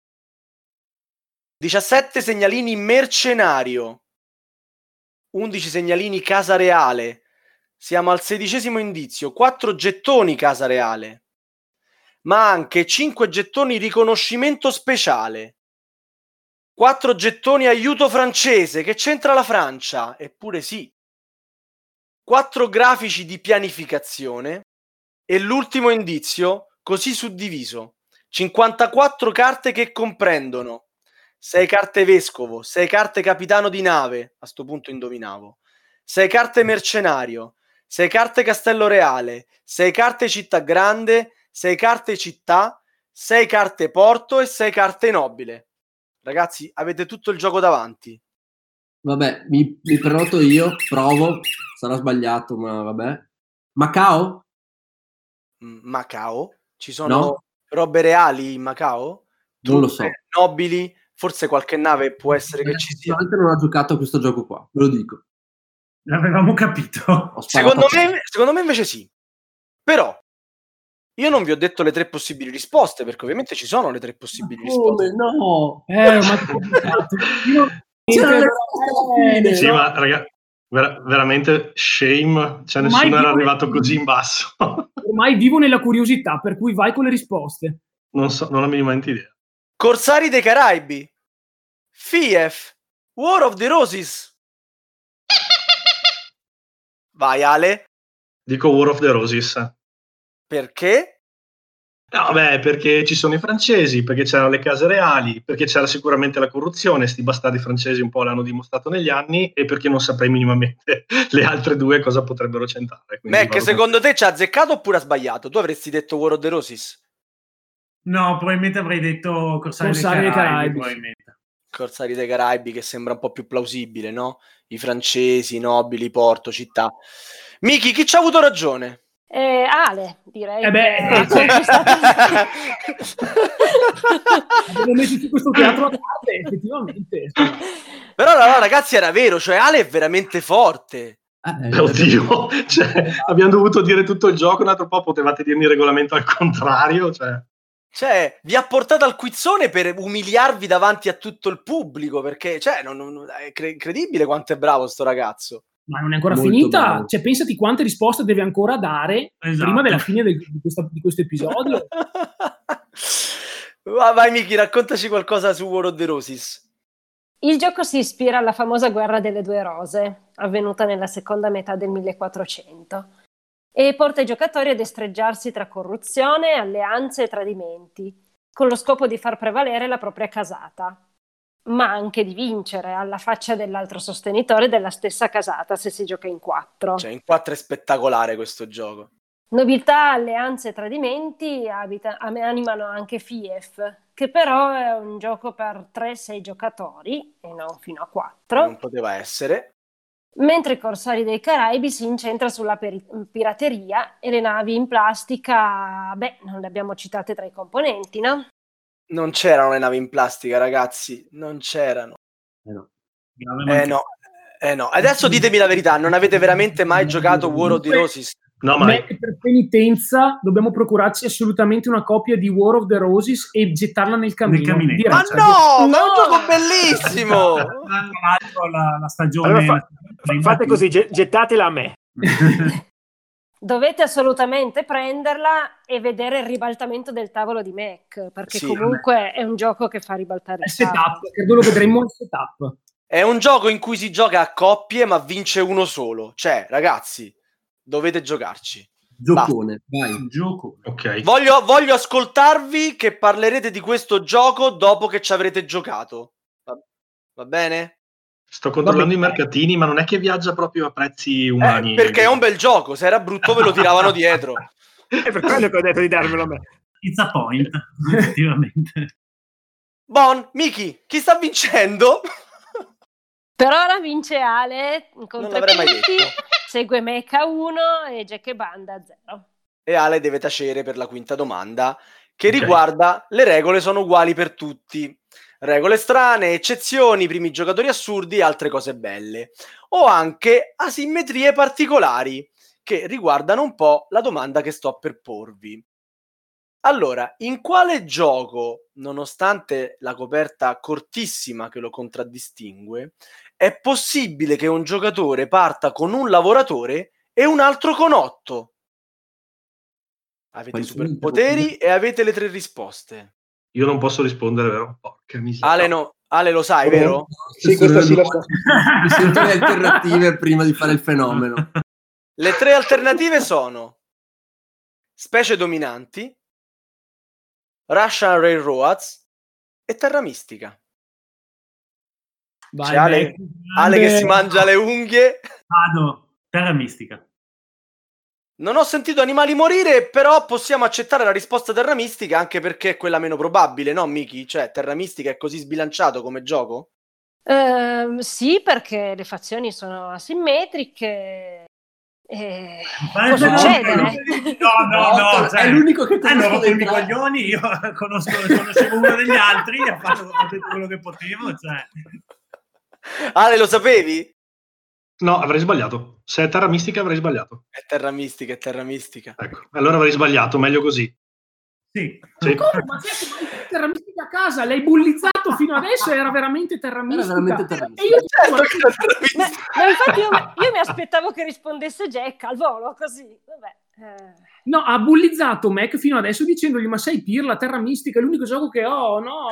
Speaker 1: 17 segnalini mercenario. 11 segnalini casa reale. Siamo al 16° indizio. 4 gettoni casa reale. Ma anche 5 gettoni riconoscimento speciale. 4 gettoni aiuto francese. Che c'entra la Francia? Eppure sì. 4 grafici di pianificazione. E l'ultimo indizio, così suddiviso. 54 carte che comprendono 6 carte vescovo, 6 carte capitano di nave, a sto punto indovinavo, 6 carte mercenario, 6 carte castello reale, 6 carte città grande, 6 carte città, 6 carte porto e 6 carte nobile. Ragazzi, avete tutto il gioco davanti.
Speaker 4: Vabbè, mi prenoto io, provo, sarà sbagliato, ma vabbè. Macao?
Speaker 1: Macao? Ci sono
Speaker 4: No?
Speaker 1: robe reali in Macao?
Speaker 4: Non lo so.
Speaker 1: Nobili? Forse qualche nave può essere che ci sia.
Speaker 4: Sicuramente non ho giocato a questo gioco qua, ve lo dico.
Speaker 7: L'avevamo capito.
Speaker 1: Secondo me invece sì. Però io non vi ho detto le 3 possibili risposte, perché ovviamente ci sono le 3 possibili risposte.
Speaker 4: No!
Speaker 6: Sì, ma ragazzi, veramente shame, cioè nessuno era arrivato così in basso.
Speaker 5: Ormai vivo nella curiosità, per cui vai con le risposte.
Speaker 6: Non ho minimamente idea.
Speaker 1: Corsari dei Caraibi, FIEF, War of the Roses. Vai Ale.
Speaker 6: Dico War of the Roses.
Speaker 1: Perché?
Speaker 6: No, vabbè, perché ci sono i francesi, perché c'erano le case reali, perché c'era sicuramente la corruzione, sti bastardi francesi un po' l'hanno dimostrato negli anni, e perché non saprei minimamente le altre due cosa potrebbero centrare.
Speaker 1: Mac, secondo te ci ha azzeccato oppure ha sbagliato? Tu avresti detto War of the Roses?
Speaker 7: No, probabilmente avrei detto Corsari dei Caraibi. Probabilmente.
Speaker 1: Corsari dei Caraibi, che sembra un po' più plausibile, no? I francesi, i nobili, porto, città. Miki, chi ci ha avuto ragione?
Speaker 3: Ale, direi.
Speaker 5: Avevo messo su questo teatro a parte, effettivamente.
Speaker 1: Però no, ragazzi, era vero, cioè Ale è veramente forte.
Speaker 6: Oddio, cioè, abbiamo dovuto dire tutto il gioco, un altro po' potevate dirmi il regolamento al contrario,
Speaker 1: Cioè, vi ha portato al quizzone per umiliarvi davanti a tutto il pubblico, perché, cioè, è incredibile quanto è bravo sto ragazzo.
Speaker 5: Ma non è ancora finita, bravo. Cioè, pensati quante risposte deve ancora dare prima della fine di questo episodio.
Speaker 1: Vai Miki, raccontaci qualcosa su War of the Roses.
Speaker 3: Il gioco si ispira alla famosa guerra delle due rose, avvenuta nella seconda metà del 1400, e porta i giocatori a destreggiarsi tra corruzione, alleanze e tradimenti, con lo scopo di far prevalere la propria casata, ma anche di vincere alla faccia dell'altro sostenitore della stessa casata se si gioca in 4.
Speaker 1: Cioè, in 4 è spettacolare questo gioco.
Speaker 3: Nobiltà, alleanze e tradimenti animano anche FIEF, che però è un gioco per 3-6 giocatori e non fino a 4.
Speaker 1: Non poteva essere.
Speaker 3: Mentre Corsari dei Caraibi si incentra sulla pirateria e le navi in plastica, non le abbiamo citate tra i componenti, no?
Speaker 1: Non c'erano le navi in plastica, ragazzi, non c'erano. No. Adesso ditemi la verità, non avete veramente mai giocato War of the Roses?
Speaker 6: No, mai.
Speaker 5: Per penitenza dobbiamo procurarci assolutamente una copia di War of the Roses e gettarla nel camino.
Speaker 1: Ma no, ma è un gioco bellissimo!
Speaker 7: la stagione...
Speaker 2: Allora fate così, gettatela a me.
Speaker 3: Dovete assolutamente prenderla e vedere il ribaltamento del tavolo di Mac, perché comunque è un gioco che fa ribaltare il
Speaker 5: setup, credo lo vedremo al setup.
Speaker 1: È un gioco in cui si gioca a coppie, ma vince uno solo. Cioè, ragazzi, dovete giocarci.
Speaker 4: Giocone, vai.
Speaker 7: Gioco.
Speaker 6: Ok.
Speaker 1: Voglio ascoltarvi che parlerete di questo gioco dopo che ci avrete giocato. Va bene?
Speaker 6: Sto controllando i mercatini, ma non è che viaggia proprio a prezzi umani.
Speaker 1: Perché è un bel gioco, se era brutto ve lo tiravano dietro.
Speaker 2: È per quello che ho detto di darmelo a me.
Speaker 7: It's a point, effettivamente.
Speaker 1: Bon, Miki, chi sta vincendo?
Speaker 3: Per ora vince Ale con
Speaker 1: non
Speaker 3: 3
Speaker 1: l'avrei mai
Speaker 3: punti,
Speaker 1: detto.
Speaker 3: segue Mecha 1 e Jack e Banda 0.
Speaker 1: E Ale deve tacere per la quinta domanda, che riguarda le regole sono uguali per tutti. Regole strane, eccezioni, primi giocatori assurdi, altre cose belle. O anche asimmetrie particolari, che riguardano un po' la domanda che sto per porvi. Allora, in quale gioco, nonostante la coperta cortissima che lo contraddistingue, è possibile che un giocatore parta con un lavoratore e un altro con 8? Avete superpoteri e avete le 3 risposte.
Speaker 6: Io non posso rispondere, vero? Porca miseria.
Speaker 1: Ale, no. Ale lo sai, vero?
Speaker 8: Sì, questa sì la so.
Speaker 4: Mi sento le alternative prima di fare il fenomeno.
Speaker 1: Le 3 alternative sono specie dominanti, Russian Railroads e Terra Mistica.
Speaker 5: Vai,
Speaker 1: C'è Ale che si mangia le unghie.
Speaker 7: Vado, Terra Mistica.
Speaker 1: Non ho sentito animali morire, però possiamo accettare la risposta Terra Mistica anche perché è quella meno probabile, no Miki? Cioè, Terra Mistica è così sbilanciato come gioco?
Speaker 3: Sì, perché le fazioni sono asimmetriche. Può
Speaker 7: No,
Speaker 3: succedere.
Speaker 7: No,
Speaker 4: è l'unico che
Speaker 7: hanno
Speaker 4: conosco
Speaker 7: rotto i
Speaker 4: dei tre.
Speaker 7: coglioni, io conoscevo uno degli altri, ho detto quello che potevo, cioè.
Speaker 1: Ale, lo sapevi?
Speaker 6: No, avrei sbagliato. Se è Terra Mistica avrei sbagliato.
Speaker 1: È Terra Mistica, è Terra Mistica.
Speaker 6: Ecco, allora avrei sbagliato, meglio così.
Speaker 7: Sì.
Speaker 6: Sì.
Speaker 5: Come? Ma Terra Mistica a casa, l'hai bullizzato fino adesso, era veramente Terra Mistica.
Speaker 4: veramente Terra
Speaker 5: E io
Speaker 1: Certo che era Terra Mistica.
Speaker 3: Ma infatti io mi aspettavo che rispondesse Jack al volo, così. Vabbè.
Speaker 5: No, ha bullizzato Mac fino adesso dicendogli ma sei Pirla, Terra Mistica è l'unico gioco che ho, no?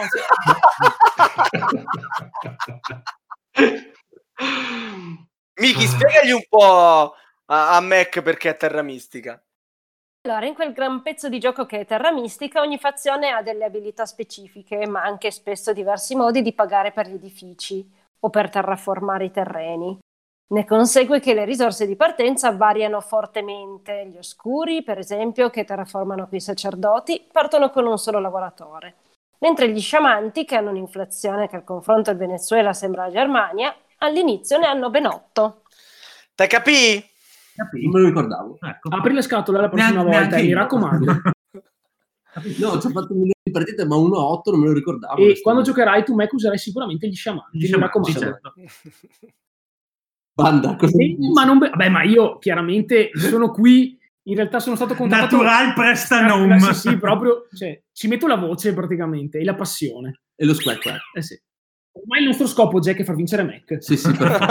Speaker 1: Miki, spiegagli un po' a Mac perché è Terra Mistica.
Speaker 3: Allora, in quel gran pezzo di gioco che è Terra Mistica, ogni fazione ha delle abilità specifiche, ma anche spesso diversi modi di pagare per gli edifici o per terraformare i terreni. Ne consegue che le risorse di partenza variano fortemente. Gli oscuri, per esempio, che terraformano qui i sacerdoti, partono con un solo lavoratore. Mentre gli sciamanti, che hanno un'inflazione che al confronto del Venezuela sembra la Germania, all'inizio ne hanno ben 8.
Speaker 1: Te capì?
Speaker 4: Non me lo ricordavo.
Speaker 7: Ecco.
Speaker 5: Apri le scatole la prossima
Speaker 7: Neanche
Speaker 5: volta, mi
Speaker 7: io.
Speaker 5: raccomando.
Speaker 4: No, ci ho fatto un milione di partite, ma 1-8 non me lo ricordavo.
Speaker 5: E quando giocherai tu, Mac, userai sicuramente gli sciamanti, mi raccomando.
Speaker 7: Sì, certo.
Speaker 4: Banda, cosa dici?
Speaker 5: Ma non vabbè, ma io chiaramente sono qui, in realtà sono stato contattato...
Speaker 7: Natural Prestanum.
Speaker 5: Sì, proprio, cioè, ci metto la voce praticamente e la passione.
Speaker 4: E lo squack.
Speaker 5: Sì. Ormai il nostro scopo, Jack, è far vincere Mac.
Speaker 4: Sì, perfetto.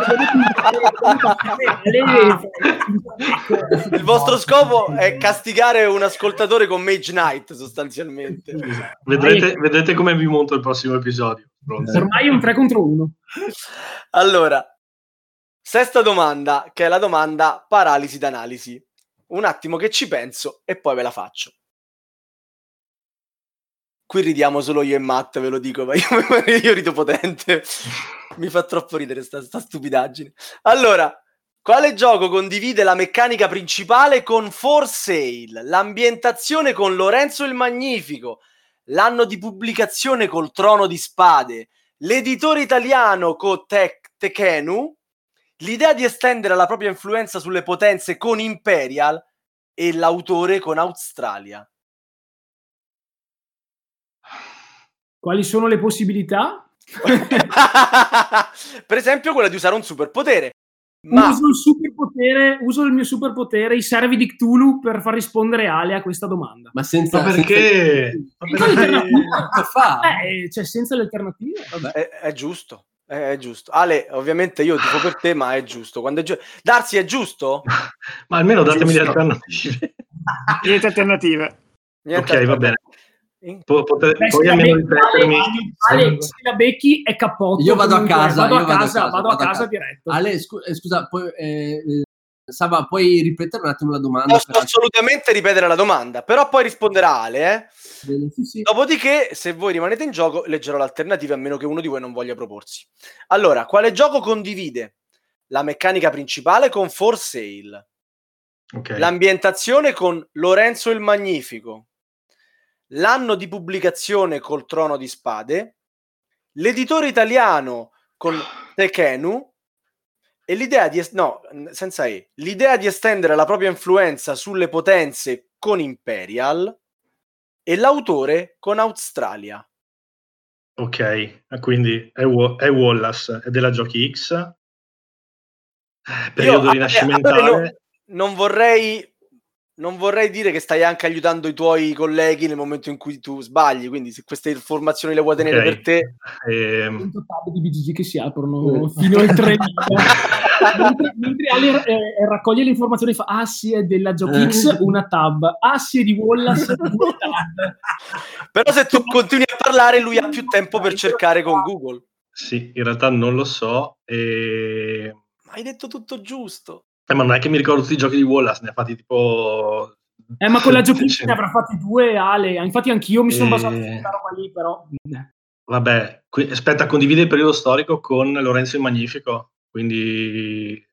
Speaker 1: Il vostro scopo è castigare un ascoltatore con Mage Knight, sostanzialmente.
Speaker 6: Vedrete come vi monto il prossimo episodio. Pronto?
Speaker 5: Ormai è un 3 contro 1.
Speaker 1: Allora, sesta domanda, che è la domanda paralisi d'analisi. Un attimo che ci penso e poi ve la faccio. Qui ridiamo solo io e Matt, ve lo dico, ma io rido potente. Mi fa troppo ridere sta stupidaggine. Allora, quale gioco condivide la meccanica principale con For Sale, l'ambientazione con Lorenzo il Magnifico, l'anno di pubblicazione col Trono di Spade, l'editore italiano con Tekenu, l'idea di estendere la propria influenza sulle potenze con Imperial e l'autore con Australia?
Speaker 5: Quali sono le possibilità?
Speaker 1: Per esempio quella di usare un superpotere. Ma
Speaker 5: Uso il mio superpotere, i servi di Cthulhu, per far rispondere Ale a questa domanda.
Speaker 4: Ma senza...
Speaker 6: perché?
Speaker 5: Senza l'alternativa.
Speaker 4: Che fa?
Speaker 5: Cioè, senza le alternative.
Speaker 4: Vabbè.
Speaker 1: È giusto. È giusto. Ale, ovviamente io tifo per te, ma è giusto. Quando Darsi, è giusto?
Speaker 6: Ma almeno datemi le
Speaker 2: Giusto.
Speaker 6: alternative.
Speaker 2: Niente alternative.
Speaker 1: Niente,
Speaker 6: Ok, va bene.
Speaker 5: Beh,
Speaker 6: Puoi almeno ripetermi.
Speaker 5: Ale, se la becchi è cappotto.
Speaker 4: Io vado a
Speaker 5: comunque.
Speaker 4: casa.
Speaker 5: Vado a casa diretto.
Speaker 4: Ale, scusa, Saba, puoi ripetere un attimo la domanda?
Speaker 1: Posso assolutamente ripetere la domanda, però poi risponderà Ale.
Speaker 4: Sì.
Speaker 1: Dopodiché, se voi rimanete in gioco, leggerò le alternative a meno che uno di voi non voglia proporsi. Allora, quale gioco condivide la meccanica principale con For Sale,
Speaker 6: Ok.
Speaker 1: l'ambientazione con Lorenzo il Magnifico, l'anno di pubblicazione col Trono di Spade, l'editore italiano con Tekenu e l'idea di l'idea di estendere la propria influenza sulle potenze con Imperial, e l'autore con Australia.
Speaker 6: Ok, quindi è Wallace, è della Giochi X, periodo rinascimentale.
Speaker 1: Non vorrei dire che stai anche aiutando i tuoi colleghi nel momento in cui tu sbagli, quindi se queste informazioni le vuoi tenere per te.
Speaker 5: Tab di BGG che si aprono fino al 3000. mentre Ale raccoglie le informazioni e fa sì, è della Jockix una tab, sì, è di Wallace due tab.
Speaker 1: Però se tu continui a parlare lui ha più tempo per cercare con Google.
Speaker 6: Sì, in realtà non lo so.
Speaker 1: Ma hai detto tutto giusto.
Speaker 6: Ma non è che mi ricordo tutti i giochi di Wallace, ne ha fatti tipo...
Speaker 5: ma con la Jockix ne avrà fatti 2, Ale. Infatti anch'io mi sono basato su questa roba lì, però...
Speaker 6: Vabbè, aspetta, condivide il periodo storico con Lorenzo il Magnifico, quindi...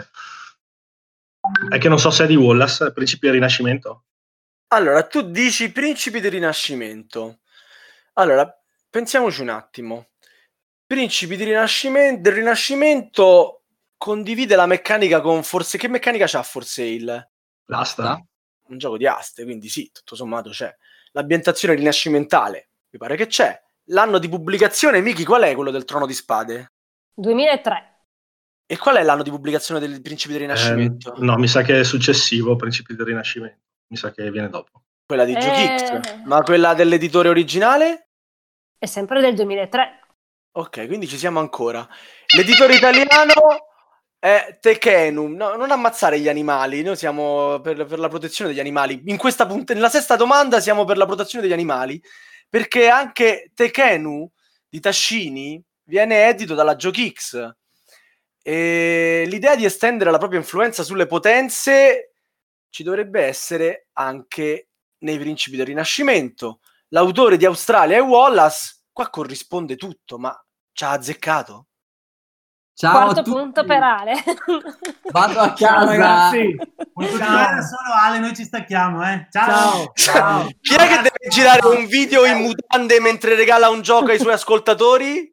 Speaker 6: È che non so se è di Wallace, Principi del Rinascimento.
Speaker 1: Allora, tu dici Principi del Rinascimento. Allora, pensiamoci un attimo. Principi del Rinascimento condivide la meccanica con Forse... Che meccanica c'ha Forsale?
Speaker 6: L'asta?
Speaker 1: Un gioco di aste, quindi sì, tutto sommato c'è. L'ambientazione rinascimentale, mi pare che c'è. L'anno di pubblicazione, Miki, qual è quello del Trono di Spade?
Speaker 3: 2003.
Speaker 1: E qual è l'anno di pubblicazione del Principi del Rinascimento?
Speaker 6: No, mi sa che è successivo, Principi del Rinascimento. Mi sa che viene dopo.
Speaker 1: Quella di Jockix. Ma quella dell'editore originale?
Speaker 3: È sempre del 2003.
Speaker 1: Ok, quindi ci siamo ancora. L'editore italiano è Tekenum. No, non ammazzare gli animali, noi siamo per la protezione degli animali. In questa nella sesta domanda siamo per la protezione degli animali, perché anche Tekenu di Tascini viene edito dalla Jockix. E l'idea di estendere la propria influenza sulle potenze ci dovrebbe essere anche nei Principi del Rinascimento. L'autore di Australia è Wallace. Qua corrisponde tutto, ma ci ha azzeccato?
Speaker 4: Ciao
Speaker 3: Quarto
Speaker 4: a tutti.
Speaker 3: punto per Ale.
Speaker 4: Vado a
Speaker 5: Ciao,
Speaker 4: casa.
Speaker 5: ragazzi.
Speaker 7: Puoi continuare da solo, Ale, noi ci stacchiamo,
Speaker 5: Ciao.
Speaker 1: Chi è che deve girare un video in mutande mentre regala un gioco ai suoi ascoltatori?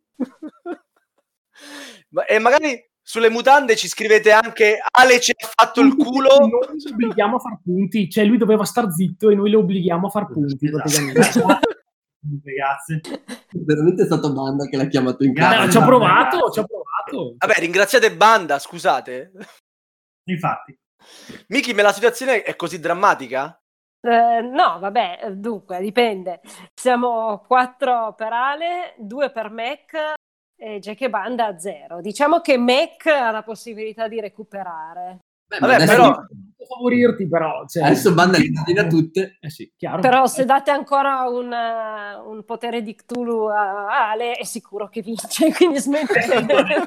Speaker 1: E magari sulle mutande ci scrivete anche Ale ci ha fatto il culo.
Speaker 5: Noi lo obblighiamo a far punti, cioè lui doveva star zitto e noi lo obblighiamo a far punti.
Speaker 7: Esatto. Grazie.
Speaker 4: Veramente è stato Banda che l'ha chiamato in casa.
Speaker 5: Ci ho provato.
Speaker 1: Vabbè, ringraziate Banda, scusate.
Speaker 7: Infatti.
Speaker 1: Miki, ma la situazione è così drammatica?
Speaker 3: No, vabbè, dunque, dipende. Siamo 4 per Ale, 2 per Mac e Jack e Banda a 0. Diciamo che Mac ha la possibilità di recuperare.
Speaker 1: Vabbè, però...
Speaker 5: favorirti, però. Cioè...
Speaker 4: Adesso Banda li da tutte.
Speaker 5: Sì, chiaro.
Speaker 3: Però se date ancora un potere di Cthulhu a Ale, è sicuro che vince, quindi smettete.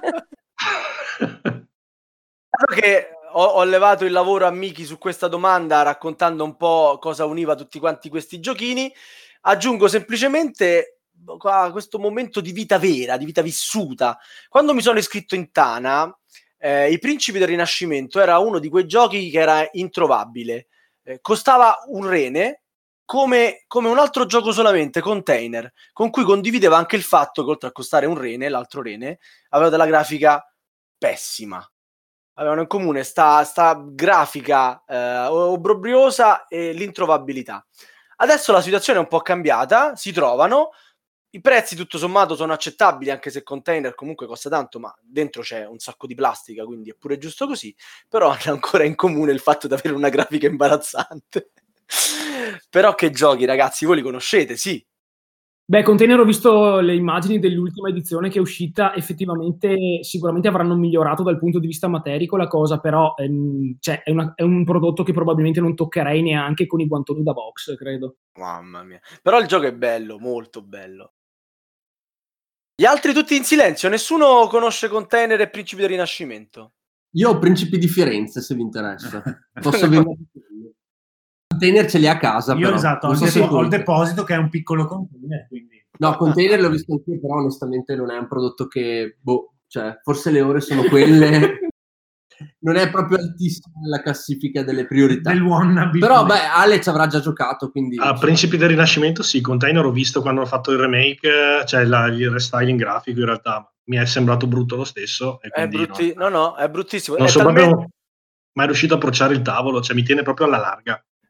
Speaker 1: Che ho levato il lavoro a Miki su questa domanda raccontando un po' cosa univa tutti quanti questi giochini. Aggiungo semplicemente a questo momento di vita vera, di vita vissuta. Quando mi sono iscritto in Tana, I Principi del Rinascimento era uno di quei giochi che era introvabile. Costava un rene, come un altro gioco solamente, Container, con cui condivideva anche il fatto che oltre a costare un rene, l'altro rene, aveva della grafica pessima. Avevano in comune sta grafica obbrobriosa e l'introvabilità. Adesso la situazione è un po' cambiata, si trovano, i prezzi tutto sommato sono accettabili, anche se Container comunque costa tanto, ma dentro c'è un sacco di plastica, quindi è pure giusto così, però hanno ancora in comune il fatto di avere una grafica imbarazzante. Però che giochi, ragazzi, voi li conoscete, sì?
Speaker 5: Beh, Container, ho visto le immagini dell'ultima edizione che è uscita, effettivamente sicuramente avranno migliorato dal punto di vista materico la cosa, però cioè, è un prodotto che probabilmente non toccherei neanche con i guantoni da box, credo.
Speaker 1: Mamma mia. Però il gioco è bello, molto bello. Gli altri tutti in silenzio, nessuno conosce Container e Principi del Rinascimento?
Speaker 4: Io ho Principi di Firenze, se vi interessa. Posso venire. Container ce li ha a casa.
Speaker 7: Io
Speaker 4: però.
Speaker 7: esatto, ho il deposito che è un piccolo container, quindi...
Speaker 4: No, Container l'ho visto anche, però onestamente non è un prodotto che, cioè, forse le ore sono quelle, non è proprio altissimo nella classifica delle priorità. Però beh, Ale ci avrà già giocato, quindi...
Speaker 6: Principi del Rinascimento, sì, Container ho visto quando ho fatto il remake, cioè il restyling grafico in realtà, mi è sembrato brutto lo stesso. E quindi
Speaker 1: no, è bruttissimo.
Speaker 6: Non sono proprio mai riuscito a approcciare il tavolo, cioè mi tiene proprio alla larga.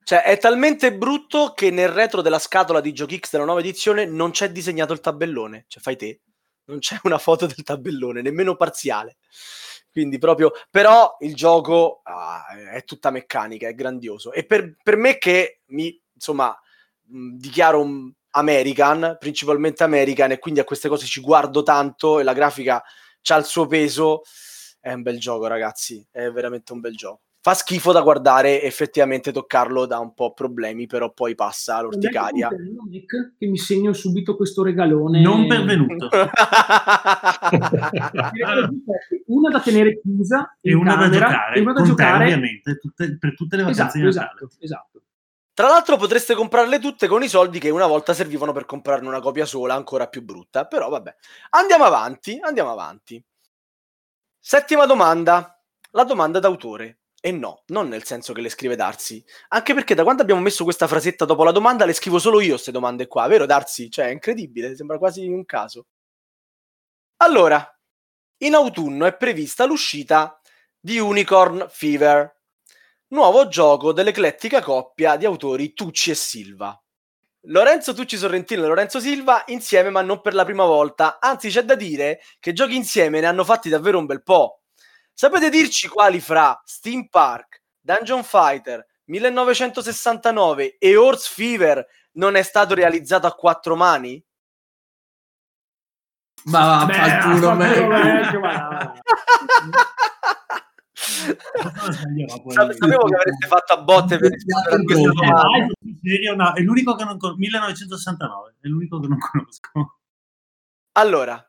Speaker 1: Cioè, è talmente brutto che nel retro della scatola di GiochiX della nuova edizione non c'è disegnato il tabellone. Cioè, fai te. Non c'è una foto del tabellone, nemmeno parziale. Quindi proprio... Però il gioco è tutta meccanica, è grandioso. E per me che dichiaro un American, principalmente American, e quindi a queste cose ci guardo tanto e la grafica c'ha il suo peso, è un bel gioco, ragazzi. È veramente un bel gioco. Fa schifo da guardare, effettivamente toccarlo dà un po' problemi, però poi passa l'orticaria.
Speaker 5: Che mi segno subito questo regalone.
Speaker 7: Non pervenuto.
Speaker 5: Una da tenere chiusa
Speaker 7: e una
Speaker 5: camera,
Speaker 7: da giocare,
Speaker 5: e una da
Speaker 7: con
Speaker 5: giocare
Speaker 7: te, ovviamente, per tutte le vacanze di Natale.
Speaker 5: Esatto.
Speaker 1: Tra l'altro potreste comprarle tutte con i soldi che una volta servivano per comprarne una copia sola, ancora più brutta, però vabbè. Andiamo avanti. Settima domanda, la domanda d'autore. E no, non nel senso che le scrive Darsi, anche perché da quando abbiamo messo questa frasetta dopo la domanda le scrivo solo io queste domande qua, vero Darsi? Cioè è incredibile, sembra quasi un caso. Allora, in autunno è prevista l'uscita di Unicorn Fever, nuovo gioco dell'eclettica coppia di autori Tucci e Silva. Lorenzo Tucci Sorrentino e Lorenzo Silva insieme, ma non per la prima volta, anzi c'è da dire che giochi insieme ne hanno fatti davvero un bel po'. Sapete dirci quali fra Steam Park, Dungeon Fighter, 1969 e Horse Fever non è stato realizzato a 4 mani?
Speaker 4: Ma
Speaker 1: Sapevo che avreste fatto a botte per rispondere a questa domanda.
Speaker 7: No, è l'unico che non conosco. 1969 è l'unico che non conosco.
Speaker 1: Allora,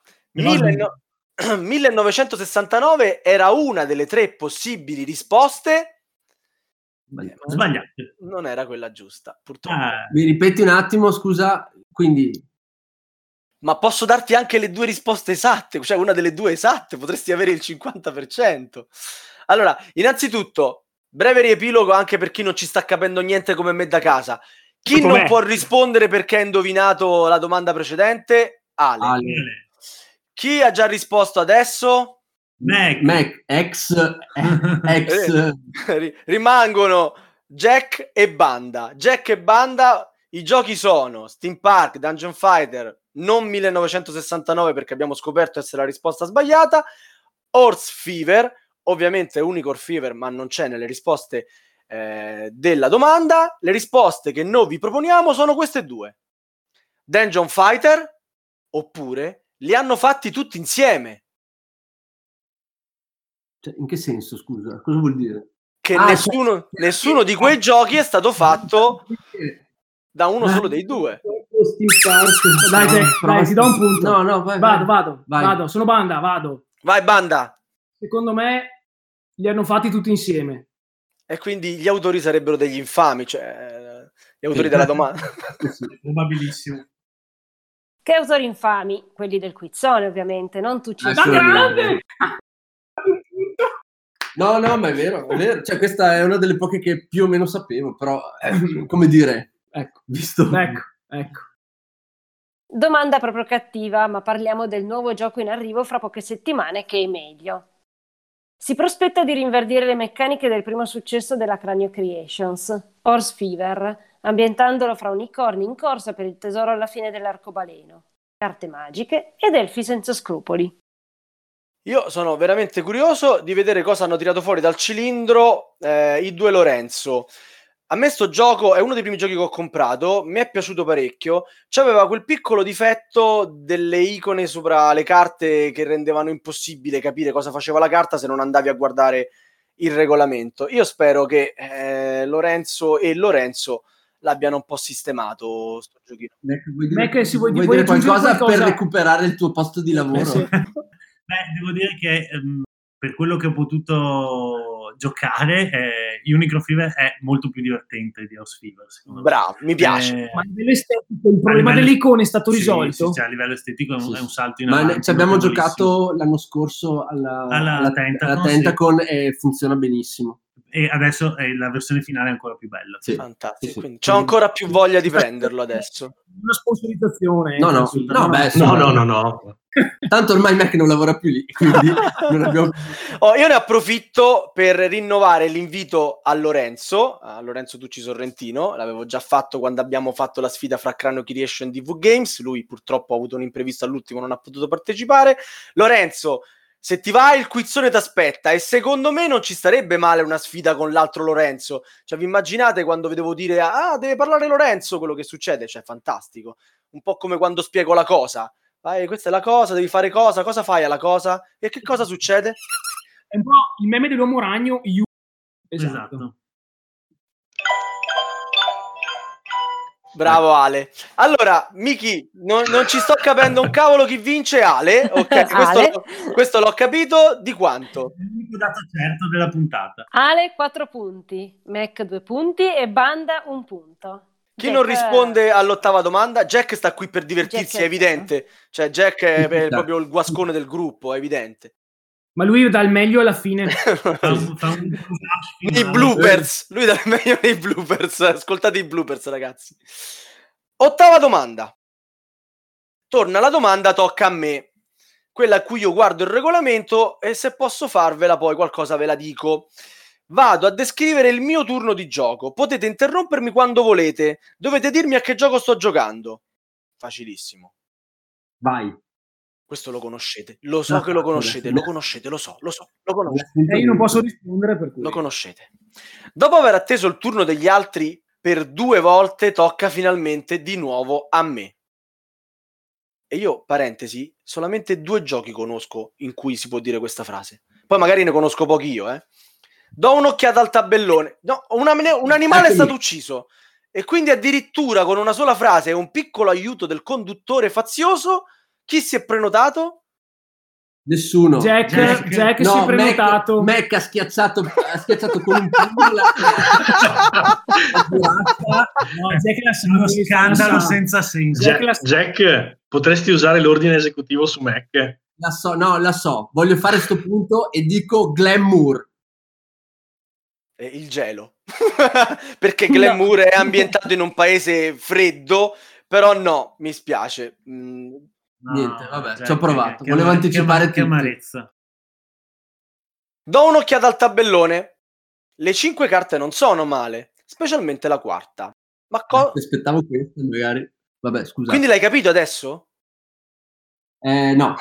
Speaker 1: 1969 era una delle 3 possibili risposte.
Speaker 7: Sbagliate.
Speaker 1: Non era quella giusta, purtroppo.
Speaker 4: Mi ripeti un attimo, scusa, quindi...
Speaker 1: Ma posso darti anche le 2 risposte esatte, cioè una delle 2 esatte, potresti avere il 50%. Allora, innanzitutto, breve riepilogo anche per chi non ci sta capendo niente come me da casa. Chi non può rispondere perché ha indovinato la domanda precedente? Ale. Chi ha già risposto adesso?
Speaker 4: Mac, ex.
Speaker 1: Rimangono Jack e Banda. I giochi sono Steam Park, Dungeon Fighter, non 1969 perché abbiamo scoperto essere la risposta sbagliata, Horse Fever, ovviamente Unicorn Fever, ma non c'è nelle risposte della domanda. Le risposte che noi vi proponiamo sono queste 2. Dungeon Fighter, oppure li hanno fatti tutti insieme.
Speaker 4: Cioè, in che senso, scusa? Cosa vuol dire?
Speaker 1: Che nessuno di quei giochi è stato fatto da uno solo dei 2.
Speaker 5: Dai, ti do un punto.
Speaker 4: No, vai.
Speaker 5: Vado, sono Banda, vado.
Speaker 1: Vai, Banda.
Speaker 5: Secondo me li hanno fatti tutti insieme.
Speaker 1: E quindi gli autori sarebbero degli infami, cioè gli autori della domanda.
Speaker 7: Probabilissimo.
Speaker 3: Che autori infami? Quelli del quizzone, ovviamente, non tu ci
Speaker 5: grande!
Speaker 4: No, ma è vero. Cioè, questa è una delle poche che più o meno sapevo, però, come dire, ecco, visto...
Speaker 5: Ecco.
Speaker 3: Domanda proprio cattiva, ma parliamo del nuovo gioco in arrivo fra poche settimane, che è meglio. Si prospetta di rinverdire le meccaniche del primo successo della Cranio Creations, Horse Fever, ambientandolo fra unicorni in corsa per il tesoro alla fine dell'arcobaleno, carte magiche ed elfi senza scrupoli.
Speaker 1: Io sono veramente curioso di vedere cosa hanno tirato fuori dal cilindro i 2 Lorenzo. A me sto gioco è uno dei primi giochi che ho comprato, mi è piaciuto parecchio, c'aveva quel piccolo difetto delle icone sopra le carte che rendevano impossibile capire cosa faceva la carta se non andavi a guardare il regolamento. Io spero che Lorenzo l'abbiano un po' sistemato sto giochino.
Speaker 4: Vuoi dire qualcosa per recuperare il tuo posto di lavoro?
Speaker 7: Sì. Devo dire che per quello che ho potuto giocare, Unicorn Fever è molto più divertente di Horse Fever.
Speaker 1: Bravo, mi piace.
Speaker 5: Ma il problema delle icone è stato risolto?
Speaker 7: Sì, cioè, a livello estetico è un salto in
Speaker 4: avanti.
Speaker 7: avanti.
Speaker 4: Ci abbiamo giocato l'anno scorso alla Tentacon e funziona benissimo.
Speaker 7: e adesso la versione finale è ancora più bella.
Speaker 4: Sì.
Speaker 1: Fantastico.
Speaker 4: Sì.
Speaker 1: Quindi c'ho ancora più voglia di prenderlo adesso.
Speaker 5: Una sponsorizzazione.
Speaker 4: No,
Speaker 6: No.
Speaker 4: Tanto ormai Mac non lavora più lì, quindi non abbiamo...
Speaker 1: Io ne approfitto per rinnovare l'invito a Lorenzo Tucci Sorrentino. L'avevo già fatto quando abbiamo fatto la sfida fra Cranio Creation e DV Games. Lui purtroppo ha avuto un imprevisto all'ultimo, non ha potuto partecipare. Lorenzo, se ti va il quizzone t'aspetta, e secondo me non ci starebbe male una sfida con l'altro Lorenzo. Cioè, vi immaginate quando vi devo dire deve parlare Lorenzo, quello che succede? Cioè, fantastico. Un po' come quando spiego la cosa. Vai, questa è la cosa, devi fare cosa fai alla cosa? E che cosa succede?
Speaker 5: È un po' il meme dell'uomo ragno.
Speaker 7: Esatto.
Speaker 1: Bravo Ale. Allora, Miki, non ci sto capendo un cavolo chi vince. Ale, ok, questo l'ho capito. Di quanto?
Speaker 7: L'unico dato certo della puntata.
Speaker 3: Ale 4 punti, Mac 2 punti e Banda 1 punto.
Speaker 1: Chi non risponde all'ottava domanda? Jack sta qui per divertirsi,
Speaker 3: Jack
Speaker 1: è evidente. Cioè, Jack è proprio il guascone del gruppo, è evidente.
Speaker 5: Ma lui dà il meglio alla fine.
Speaker 1: Nei bloopers. Lui dà il meglio nei bloopers. Ascoltate i bloopers, ragazzi. Ottava domanda. Torna la domanda, tocca a me. Quella a cui io guardo il regolamento e se posso farvela poi qualcosa ve la dico. Vado a descrivere il mio turno di gioco. Potete interrompermi quando volete. Dovete dirmi a che gioco sto giocando. Facilissimo.
Speaker 4: Vai.
Speaker 1: Questo lo conoscete. Lo so che lo conoscete. Lo conoscete, lo so. Lo conoscete.
Speaker 5: Io non posso rispondere per cui.
Speaker 1: Lo conoscete. Dopo aver atteso il turno degli altri per 2 volte, tocca finalmente di nuovo a me. E io, parentesi, solamente 2 giochi conosco in cui si può dire questa frase. Poi magari ne conosco pochi io, Do un'occhiata al tabellone. No, un animale è stato ucciso. E quindi addirittura con una sola frase e un piccolo aiuto del conduttore fazioso, chi si è prenotato?
Speaker 4: Nessuno.
Speaker 5: Jack
Speaker 4: No,
Speaker 5: si è prenotato.
Speaker 4: Mac ha schiacciato con un pugno
Speaker 7: uno scandalo senza senso.
Speaker 6: Jack, potresti usare l'ordine esecutivo su Mac?
Speaker 4: La so. Voglio fare sto punto e dico Glamour.
Speaker 1: Il gelo. Perché Glamour è ambientato in un paese freddo, però no, mi spiace.
Speaker 4: Niente, vabbè, ci ho provato. Volevo anticipare
Speaker 7: che amarezza.
Speaker 1: Do un'occhiata al tabellone. Le 5 carte non sono male, specialmente la quarta. Ma
Speaker 4: aspettavo questo, magari. Vabbè, scusa.
Speaker 1: Quindi l'hai capito adesso?
Speaker 4: No.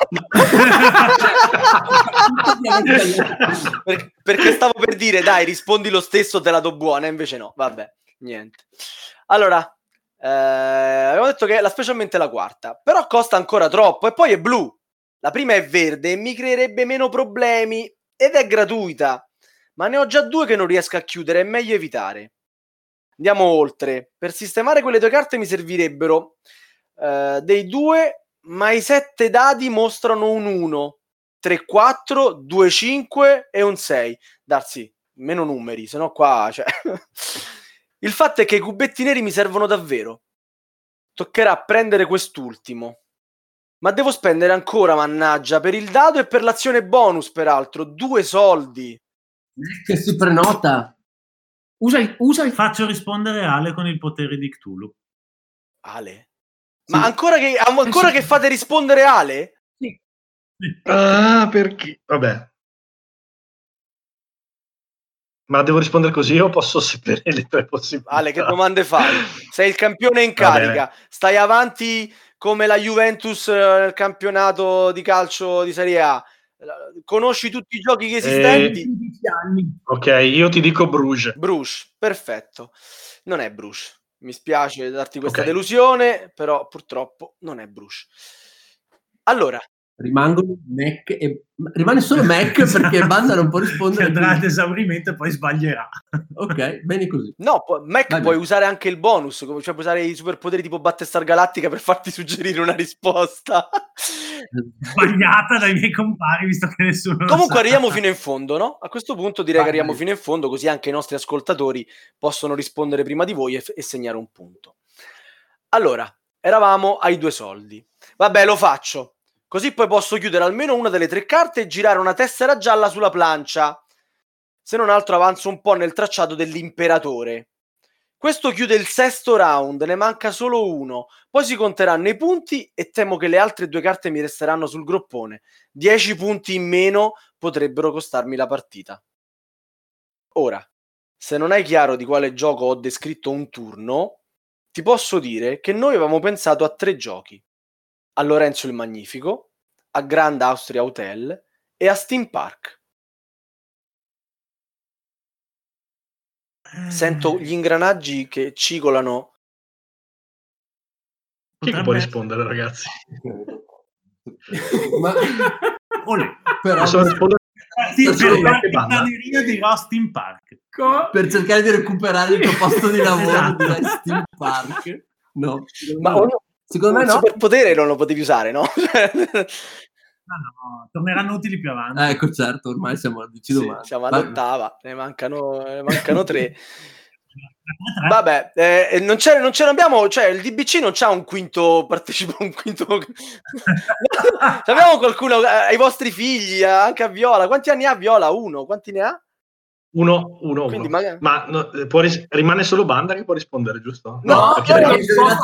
Speaker 1: Perché stavo per dire, dai, rispondi lo stesso, te la do buona, invece no, vabbè, niente. Allora, avevo detto che specialmente la quarta, però costa ancora troppo e poi è blu. La prima è verde e mi creerebbe meno problemi ed è gratuita, ma ne ho già 2 che non riesco a chiudere, è meglio evitare. Andiamo oltre. Per sistemare quelle 2 carte mi servirebbero dei 2, ma i 7 dadi mostrano un 1, 3, 4, 2, 5 e un 6. Darsi, meno numeri, sennò qua... Cioè... Il fatto è che i cubetti neri mi servono davvero. Toccherà prendere quest'ultimo. Ma devo spendere ancora, mannaggia, per il dado e per l'azione bonus, peraltro. 2 soldi.
Speaker 4: Che si prenota.
Speaker 5: Usa il...
Speaker 7: Faccio rispondere Ale con il potere di Cthulhu.
Speaker 1: Ale? Sì. Ma ancora che fate rispondere Ale?
Speaker 5: Sì.
Speaker 6: Ah, perché? Vabbè. Ma devo rispondere così o posso sapere le 3 possibilità?
Speaker 1: Ale, che domande fai? Sei il campione in carica. Stai avanti come la Juventus nel campionato di calcio di Serie A. Conosci tutti i giochi esistenti?
Speaker 6: Ok, io ti dico Bruges.
Speaker 1: Bruges, perfetto. Non è Bruges. Mi spiace darti questa delusione, però purtroppo non è Bruges. Allora.
Speaker 4: Rimane solo Mac perché Banda non può rispondere.
Speaker 7: Andrà ad esaurimento e poi sbaglierà.
Speaker 4: Ok, bene così.
Speaker 1: No, Mac puoi usare anche il bonus, cioè puoi usare i superpoteri tipo Battlestar Galactica per farti suggerire una risposta.
Speaker 7: Sbagliata dai miei compari, visto che nessuno
Speaker 1: Comunque arriviamo fino in fondo, no? A questo punto direi che arriviamo fino in fondo, così anche i nostri ascoltatori possono rispondere prima di voi e segnare un punto. Allora, eravamo ai 2 soldi. Vabbè, lo faccio. Così poi posso chiudere almeno una delle 3 carte e girare una tessera gialla sulla plancia. Se non altro avanzo un po' nel tracciato dell'imperatore. Questo chiude il 6º round, ne manca solo uno. Poi si conteranno i punti e temo che le altre 2 carte mi resteranno sul groppone. 10 punti in meno potrebbero costarmi la partita. Ora, se non hai chiaro di quale gioco ho descritto un turno, ti posso dire che noi avevamo pensato a 3 giochi. A Lorenzo il Magnifico, a Grand Austria Hotel e a Steam Park. Sento gli ingranaggi che cigolano.
Speaker 6: Chi è che può rispondere, ragazzi?
Speaker 4: Ma
Speaker 7: Olè.
Speaker 4: però
Speaker 6: Posso rispondere?
Speaker 7: Sì,
Speaker 6: Faccio
Speaker 7: per
Speaker 6: una
Speaker 7: la
Speaker 6: banda.
Speaker 7: capitaneria di Steam Park.
Speaker 4: per cercare di recuperare il tuo posto di lavoro
Speaker 7: Esatto.
Speaker 4: di Steam Park. No,
Speaker 1: Ma
Speaker 4: secondo me
Speaker 1: un
Speaker 4: no.
Speaker 1: superpotere non lo potevi usare, no?
Speaker 7: No, torneranno utili più avanti.
Speaker 4: Ecco, certo, ormai siamo a 10
Speaker 1: Sì,
Speaker 4: domande.
Speaker 1: siamo
Speaker 4: Va-
Speaker 1: all'8ª, ne mancano 3.
Speaker 7: 3.
Speaker 1: Vabbè, non ce l'abbiamo, cioè il DBC non c'ha un quinto partecipo, un quinto. Abbiamo qualcuno ai vostri figli, anche a Viola. Quanti anni ha Viola? 1? Quanti ne ha?
Speaker 6: Uno.
Speaker 1: Quindi magari-
Speaker 6: Ma no, rimane solo Banda che può rispondere, giusto?
Speaker 1: No,
Speaker 6: perché
Speaker 1: no,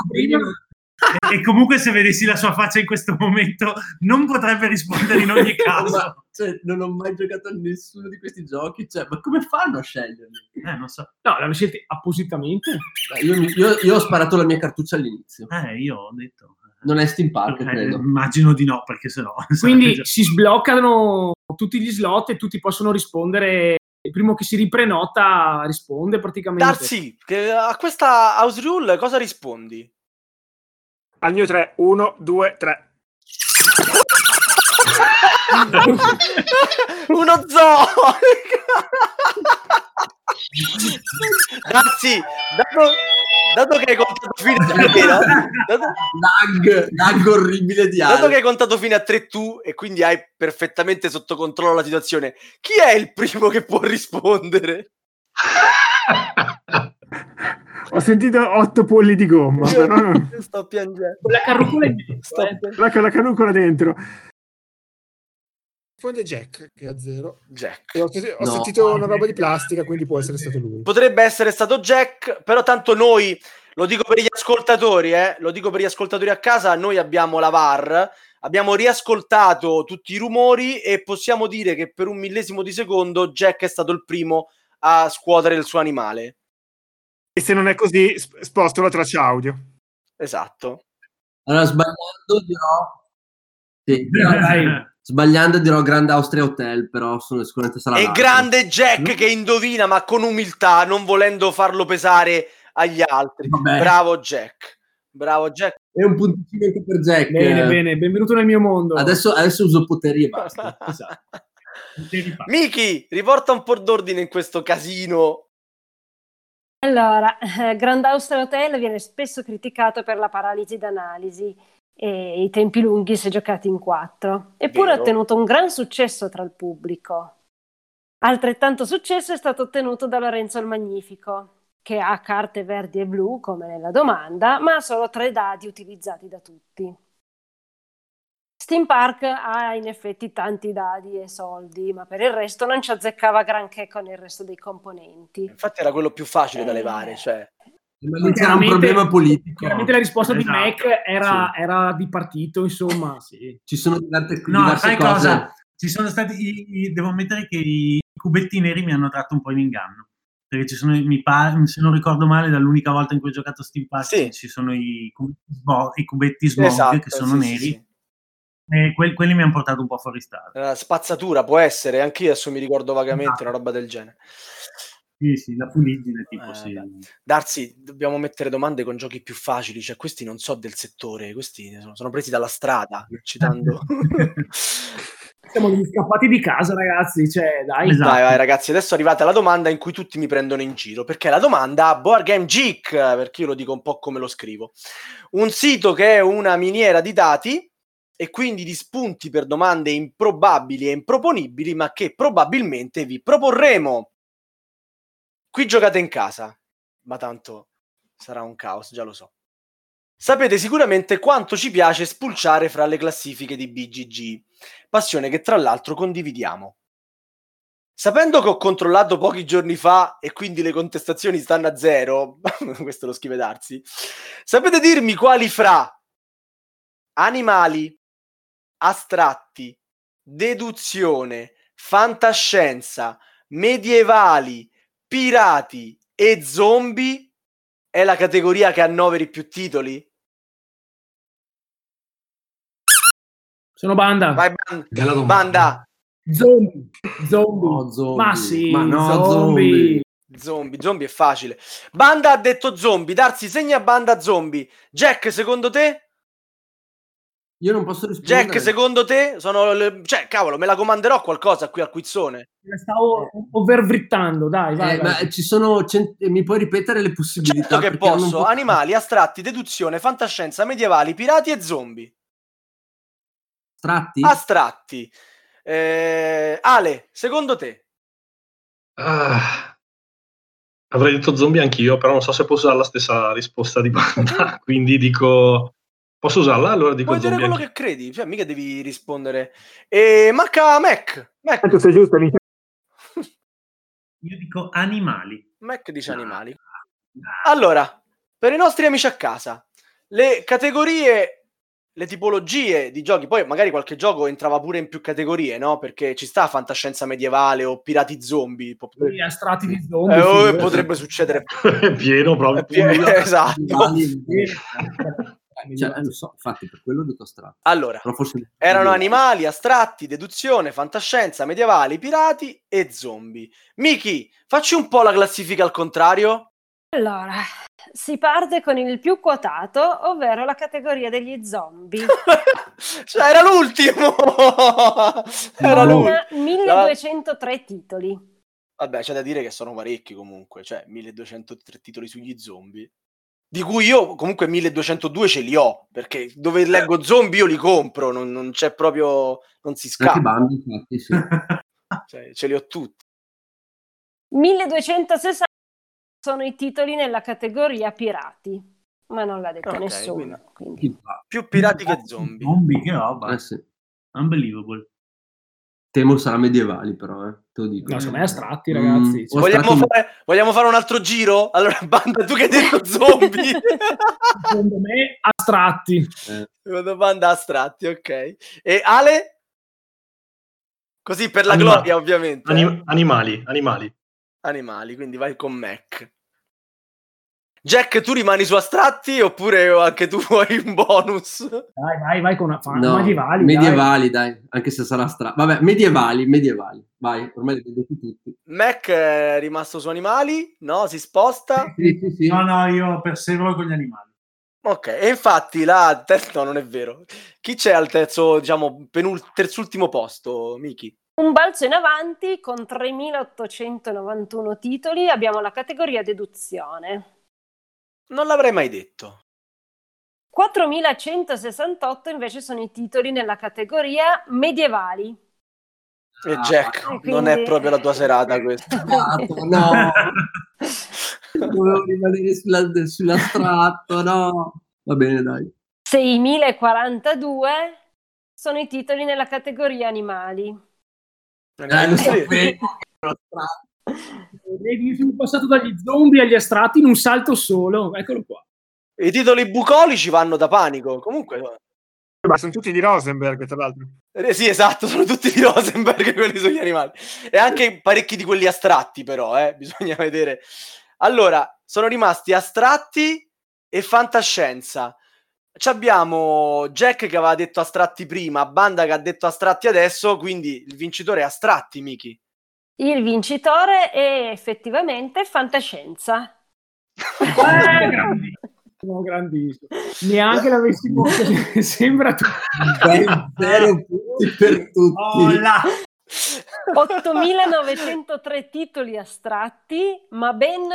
Speaker 7: E comunque se vedessi la sua faccia in questo momento non potrebbe rispondere in ogni caso.
Speaker 4: Ma, cioè, non ho mai giocato a nessuno di questi giochi, cioè, ma come fanno a sceglierli?
Speaker 7: Non so.
Speaker 5: No, l'hanno scelti appositamente.
Speaker 4: Io ho sparato la mia cartuccia all'inizio.
Speaker 7: Io ho detto.
Speaker 4: Non è Steam Park, credo.
Speaker 7: Immagino di no, perché sennò.
Speaker 5: Quindi si sbloccano tutti gli slot e tutti possono rispondere. Il primo che si riprenota risponde praticamente.
Speaker 1: Darsi, che a questa house rule cosa rispondi?
Speaker 2: Al mio 3, 1, 2, 3.
Speaker 1: Uno zoo! Darsi, dato che hai contato fino a 3, no?
Speaker 4: Lag orribile di
Speaker 1: Dato che hai contato fino a 3 tu e quindi hai perfettamente sotto controllo la situazione, chi è il primo che può rispondere?
Speaker 2: Ho sentito 8 polli di gomma, però
Speaker 1: Sto piangendo.
Speaker 5: Con la carrucola in mezzo,
Speaker 2: con la canucola dentro.
Speaker 8: Risponde Jack, che ha 0.
Speaker 1: Jack.
Speaker 8: E ho sentito una roba di plastica, quindi può essere stato lui.
Speaker 1: Potrebbe essere stato Jack, però tanto noi, lo dico per gli ascoltatori, lo dico per gli ascoltatori a casa, noi abbiamo la VAR, abbiamo riascoltato tutti i rumori e possiamo dire che per un millesimo di secondo Jack è stato il primo a scuotere il suo animale.
Speaker 2: E se non è così, sposto la traccia audio.
Speaker 1: Esatto.
Speaker 4: Allora, sbagliando dirò Grand Austria Hotel, però sicuramente sarà
Speaker 1: E
Speaker 4: l'altro.
Speaker 1: grande Jack che indovina, ma con umiltà, non volendo farlo pesare agli altri.
Speaker 4: Vabbè.
Speaker 1: Bravo Jack. Bravo Jack.
Speaker 4: È un punticino anche per Jack.
Speaker 5: Bene, benvenuto nel mio mondo.
Speaker 4: Adesso uso poteri e basta.
Speaker 5: Esatto.
Speaker 1: Miki, riporta un po' d'ordine in questo casino.
Speaker 3: Allora, Grand Austria Hotel viene spesso criticato per la paralisi d'analisi e i tempi lunghi se giocati in 4. Eppure
Speaker 1: Vero.
Speaker 3: ha ottenuto un gran successo tra il pubblico. Altrettanto successo è stato ottenuto da Lorenzo il Magnifico, che ha carte verdi e blu, come nella domanda, ma ha solo 3 dadi utilizzati da tutti. Steam Park ha in effetti tanti dadi e soldi, ma per il resto non ci azzeccava granché con il resto dei componenti.
Speaker 1: Infatti era quello più facile da levare, cioè.
Speaker 4: Ma lì c'era un problema politico.
Speaker 5: Chiaramente la risposta di
Speaker 7: Esatto.
Speaker 5: Mac era di partito, insomma. Sì.
Speaker 4: Ci sono diverse
Speaker 7: sai
Speaker 4: cose.
Speaker 7: cosa? Ci sono stati devo ammettere che i cubetti neri mi hanno tratto un po' in inganno. Perché ci sono, se non ricordo male, dall'unica volta in cui ho giocato Steam Park
Speaker 1: Sì.
Speaker 7: ci sono i cubetti smog
Speaker 1: Esatto,
Speaker 7: che sono
Speaker 1: sì,
Speaker 7: neri.
Speaker 1: sì.
Speaker 7: E quelli mi hanno portato un po' fuori strada.
Speaker 1: Spazzatura può essere, anch'io adesso mi ricordo vagamente
Speaker 7: Esatto.
Speaker 1: una roba del genere.
Speaker 7: Sì, la fuliggine tipo sì.
Speaker 1: Darsi, dobbiamo mettere domande con giochi più facili, cioè questi non so del settore, questi sono presi dalla strada, citando.
Speaker 5: Siamo degli scappati di casa, ragazzi, cioè, dai.
Speaker 7: Esatto.
Speaker 1: Vai, ragazzi, adesso è arrivata la domanda in cui tutti mi prendono in giro, perché è la domanda Board Game Geek, perché io lo dico un po' come lo scrivo. Un sito che è una miniera di dati e quindi di spunti per domande improbabili e improponibili, ma che probabilmente vi proporremo. Qui giocate in casa, ma tanto sarà un caos, già lo so. Sapete sicuramente quanto ci piace spulciare fra le classifiche di BGG, passione che tra l'altro condividiamo. Sapendo che ho controllato pochi giorni fa e quindi le contestazioni stanno a 0, questo lo scrive Darsi, sapete dirmi quali fra animali, astratti, deduzione, fantascienza, medievali, pirati e zombie è la categoria che annoveri più titoli?
Speaker 5: Sono Banda.
Speaker 1: Vai,
Speaker 4: Bella domanda.
Speaker 1: Banda.
Speaker 5: Zombie.
Speaker 4: No, zombie.
Speaker 5: Ma sì,
Speaker 4: Ma no,
Speaker 5: zombie.
Speaker 1: Zombie è facile. Banda ha detto zombie. Darsi, segna Banda zombie. Jack, secondo te?
Speaker 4: Io non posso rispondere.
Speaker 1: Jack, secondo te? Cioè, cavolo, me la comanderò qualcosa qui al quizzone.
Speaker 5: La stavo overvrittando, dai, vai.
Speaker 4: Ma ci sono mi puoi ripetere le possibilità?
Speaker 1: Certo che posso. Animali, astratti, deduzione, fantascienza, medievali, pirati e zombie. Astratti. Ale, secondo te?
Speaker 6: Avrei detto zombie anch'io, però non so se posso usare la stessa risposta di Banda, quindi dico... Posso usarla? Allora dico
Speaker 1: puoi
Speaker 6: zombie
Speaker 1: dire quello
Speaker 6: anch'io.
Speaker 1: che credi, cioè mica devi rispondere. Manca Mac.
Speaker 2: Tanto sei giusto, amico.
Speaker 7: Io dico animali.
Speaker 1: Mac dice animali. Allora, per i nostri amici a casa, le categorie, le tipologie di giochi, poi magari qualche gioco entrava pure in più categorie, no? Perché ci sta fantascienza medievale o pirati zombie.
Speaker 5: Gli astratti di zombie.
Speaker 1: Potrebbe succedere.
Speaker 6: È pieno proprio.
Speaker 1: Esatto.
Speaker 4: Cioè, lo so, infatti per quello dico astratti.
Speaker 1: Allora, erano animali, astratti, deduzione, fantascienza, medievali, pirati e zombie. Miki, facci un po' la classifica al contrario.
Speaker 3: Allora, si parte con il più quotato, ovvero la categoria degli zombie.
Speaker 1: Cioè, era l'ultimo!
Speaker 3: Con 1203 titoli.
Speaker 1: Vabbè, c'è da dire che sono parecchi comunque, cioè 1203 titoli sugli zombie. Di cui io comunque 1202 ce li ho, perché dove leggo zombie io li compro, non c'è proprio, non si scappa.
Speaker 4: Anche Bambi, infatti, sì.
Speaker 1: Cioè, ce li ho tutti.
Speaker 3: 1260 sono i titoli nella categoria pirati, ma non l'ha detto nessuno. Quindi.
Speaker 1: Più pirati che zombie.
Speaker 7: Zombie, che roba.
Speaker 4: Sì.
Speaker 7: Unbelievable.
Speaker 4: Temo sarà medievali, però, te lo dico.
Speaker 5: No, secondo me astratti, ragazzi.
Speaker 1: Vogliamo fare un altro giro? Allora, Banda, tu che hai detto zombie?
Speaker 5: Secondo me astratti.
Speaker 1: Secondo Banda astratti, ok. E Ale? Così per la gloria, ovviamente.
Speaker 6: Animali,
Speaker 1: quindi vai con Mac. Jack, tu rimani su astratti oppure anche tu vuoi un bonus?
Speaker 5: Vai con medievali.
Speaker 4: Medievali, dai, anche se sarà astratto. Vabbè, medievali. Vai, ormai li vedo tutti.
Speaker 1: Mac è rimasto su animali? No, si sposta?
Speaker 7: Sì. No, io persevero con gli animali.
Speaker 1: Ok, e infatti no, non è vero. Chi c'è al terzo, diciamo, terzultimo posto, Miki?
Speaker 3: Un balzo in avanti con 3.891 titoli abbiamo la categoria deduzione.
Speaker 1: Non l'avrei mai detto.
Speaker 3: 4.168 invece sono i titoli nella categoria medievali.
Speaker 1: E Jack, quindi... non è proprio la tua serata questa.
Speaker 4: No, dovevo rimanere sull'astratto, no. Va bene, dai.
Speaker 3: 6.042 sono i titoli nella categoria animali.
Speaker 4: Lo sapevo.
Speaker 5: Vedi, sono passato dagli zombie agli astratti in un salto solo, eccolo qua.
Speaker 1: I titoli bucolici vanno da panico, comunque.
Speaker 8: Ma sono tutti di Rosenberg, tra l'altro.
Speaker 1: Sì, esatto, sono tutti di Rosenberg quelli sugli animali. E anche parecchi di quelli astratti, però, bisogna vedere. Allora, sono rimasti astratti e fantascienza. Ci abbiamo Jack che aveva detto astratti prima, Banda che ha detto astratti adesso, quindi il vincitore è astratti, Miki.
Speaker 3: Il vincitore è effettivamente fantascienza.
Speaker 5: Grandissimo. Neanche l'avessimo sembra tutto.
Speaker 4: 0 punti per tutti.
Speaker 3: 8.903 titoli astratti, ma ben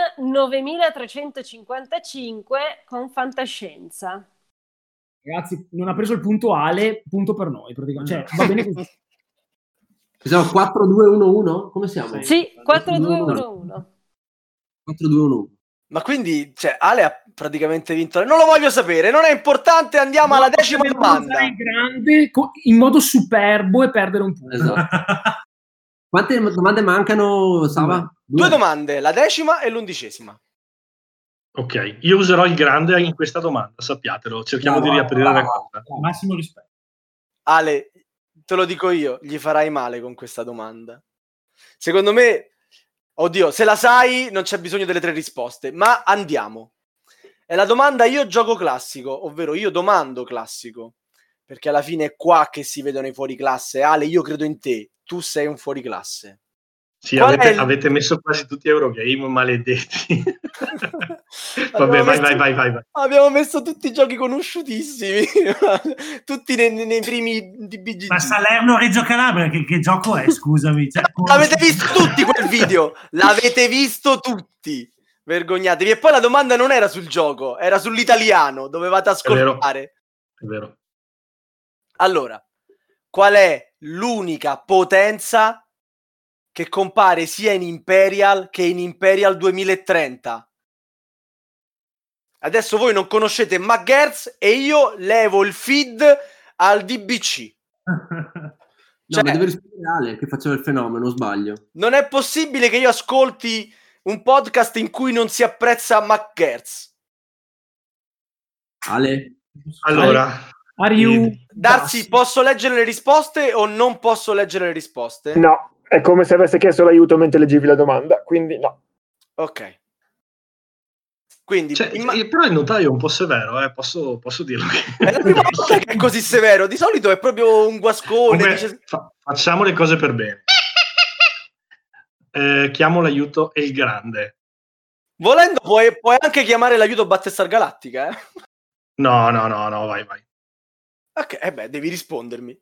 Speaker 3: 9.355 con fantascienza.
Speaker 5: Ragazzi, non ha preso il punto Ale, punto per noi praticamente. Cioè, va bene così.
Speaker 4: Siamo 4-2-1-1? Come siamo?
Speaker 3: Sì, 4-2-1-1.
Speaker 4: 4-2-1-1.
Speaker 1: Ma quindi, cioè, Ale ha praticamente vinto. Non lo voglio sapere, non è importante, andiamo alla decima domanda.
Speaker 5: Grande, in modo superbo e perdere un punto.
Speaker 4: Esatto. Quante domande mancano, Sava?
Speaker 1: Due domande, la 10ª e l'11ª.
Speaker 6: Ok, io userò il grande in questa domanda, sappiatelo. Cerchiamo di riaprire la cosa.
Speaker 7: Massimo rispetto.
Speaker 1: Ale, te lo dico io, gli farai male con questa domanda. Secondo me, oddio, se la sai non c'è bisogno delle 3 risposte, ma andiamo. È la domanda io gioco classico, ovvero io domando classico, perché alla fine è qua che si vedono i fuoriclasse. Ale, io credo in te, tu sei un fuoriclasse.
Speaker 6: Sì, avete messo quasi tutti Eurogame, maledetti. Vabbè, vai.
Speaker 1: Abbiamo messo tutti i giochi conosciutissimi, tutti nei primi di BGG.
Speaker 7: Ma Salerno-Reggio Calabria, che gioco è? Scusami.
Speaker 1: L'avete visto tutti quel video? L'avete visto tutti? Vergognatevi. E poi la domanda non era sul gioco, era sull'italiano, dovevate ascoltare.
Speaker 6: È vero.
Speaker 1: Allora, qual è l'unica potenza che compare sia in Imperial che in Imperial 2030? Adesso voi non conoscete McGertz e io levo il feed al DBC.
Speaker 4: No, ma deve rispondere Ale, che faceva il fenomeno, sbaglio.
Speaker 1: Non è possibile che io ascolti un podcast in cui non si apprezza McGertz.
Speaker 4: Ale?
Speaker 6: Allora...
Speaker 5: Are you...
Speaker 1: Darsi, posso leggere le risposte o non posso leggere le risposte?
Speaker 2: No, è come se avesse chiesto l'aiuto mentre leggevi la domanda, quindi no.
Speaker 1: Ok. Quindi,
Speaker 6: però il notaio è un po' severo, posso dirlo.
Speaker 1: È la prima volta che è così severo. Di solito è proprio un guascone.
Speaker 6: Comunque, facciamo le cose per bene. Chiamo l'aiuto e il grande.
Speaker 1: Volendo puoi anche chiamare l'aiuto Battestar Galattica.
Speaker 6: No, vai.
Speaker 1: Ok, devi rispondermi.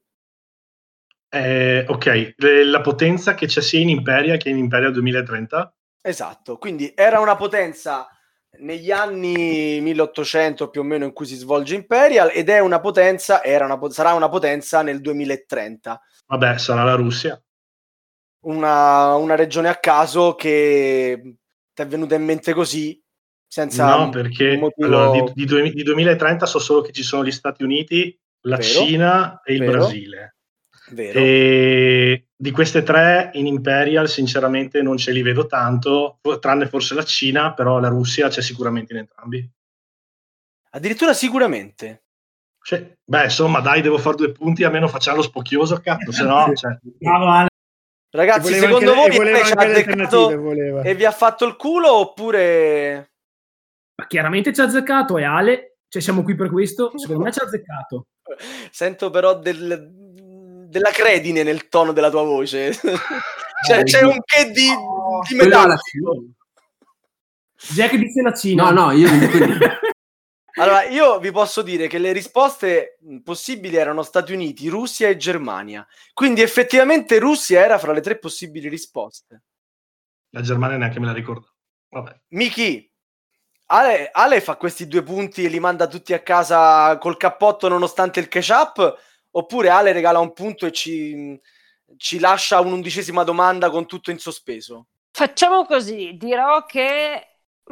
Speaker 6: Ok, la potenza che c'è sia in Imperia che in Imperia 2030?
Speaker 1: Esatto, quindi era una potenza negli anni 1800 più o meno in cui si svolge Imperial ed è una potenza, sarà una potenza nel 2030.
Speaker 6: Vabbè, sarà la Russia.
Speaker 1: Una regione a caso che ti è venuta in mente così, senza
Speaker 6: no, perché
Speaker 1: motivo...
Speaker 6: allora, di 2030 so solo che ci sono gli Stati Uniti, la Cina e il Brasile.
Speaker 1: Vero.
Speaker 6: E di queste 3 in Imperial sinceramente non ce li vedo tanto, tranne forse la Cina, però la Russia c'è sicuramente in entrambi.
Speaker 1: Addirittura sicuramente.
Speaker 6: Cioè, insomma, dai, devo fare 2 punti, almeno facciamo lo spocchioso, cazzo, se no...
Speaker 7: Bravo Ale.
Speaker 1: Ragazzi, secondo voi ci ha azzeccato
Speaker 2: voleva.
Speaker 1: e vi ha fatto il culo oppure...
Speaker 5: Ma chiaramente ci ha azzeccato, e Ale, cioè siamo qui per questo, secondo me ci ha azzeccato.
Speaker 1: Sento però della credine nel tono della tua voce. Cioè, c'è un che di metallico.
Speaker 5: Jack dice la Cina.
Speaker 4: No, io
Speaker 1: Allora, io vi posso dire che le risposte possibili erano Stati Uniti, Russia e Germania. Quindi effettivamente Russia era fra le 3 possibili risposte.
Speaker 6: La Germania neanche me la ricordo. Vabbè.
Speaker 1: Miki, Ale fa questi 2 punti e li manda tutti a casa col cappotto nonostante il catch-up, oppure Ale regala un punto e ci lascia un'11ª domanda con tutto in sospeso?
Speaker 3: Facciamo così, dirò che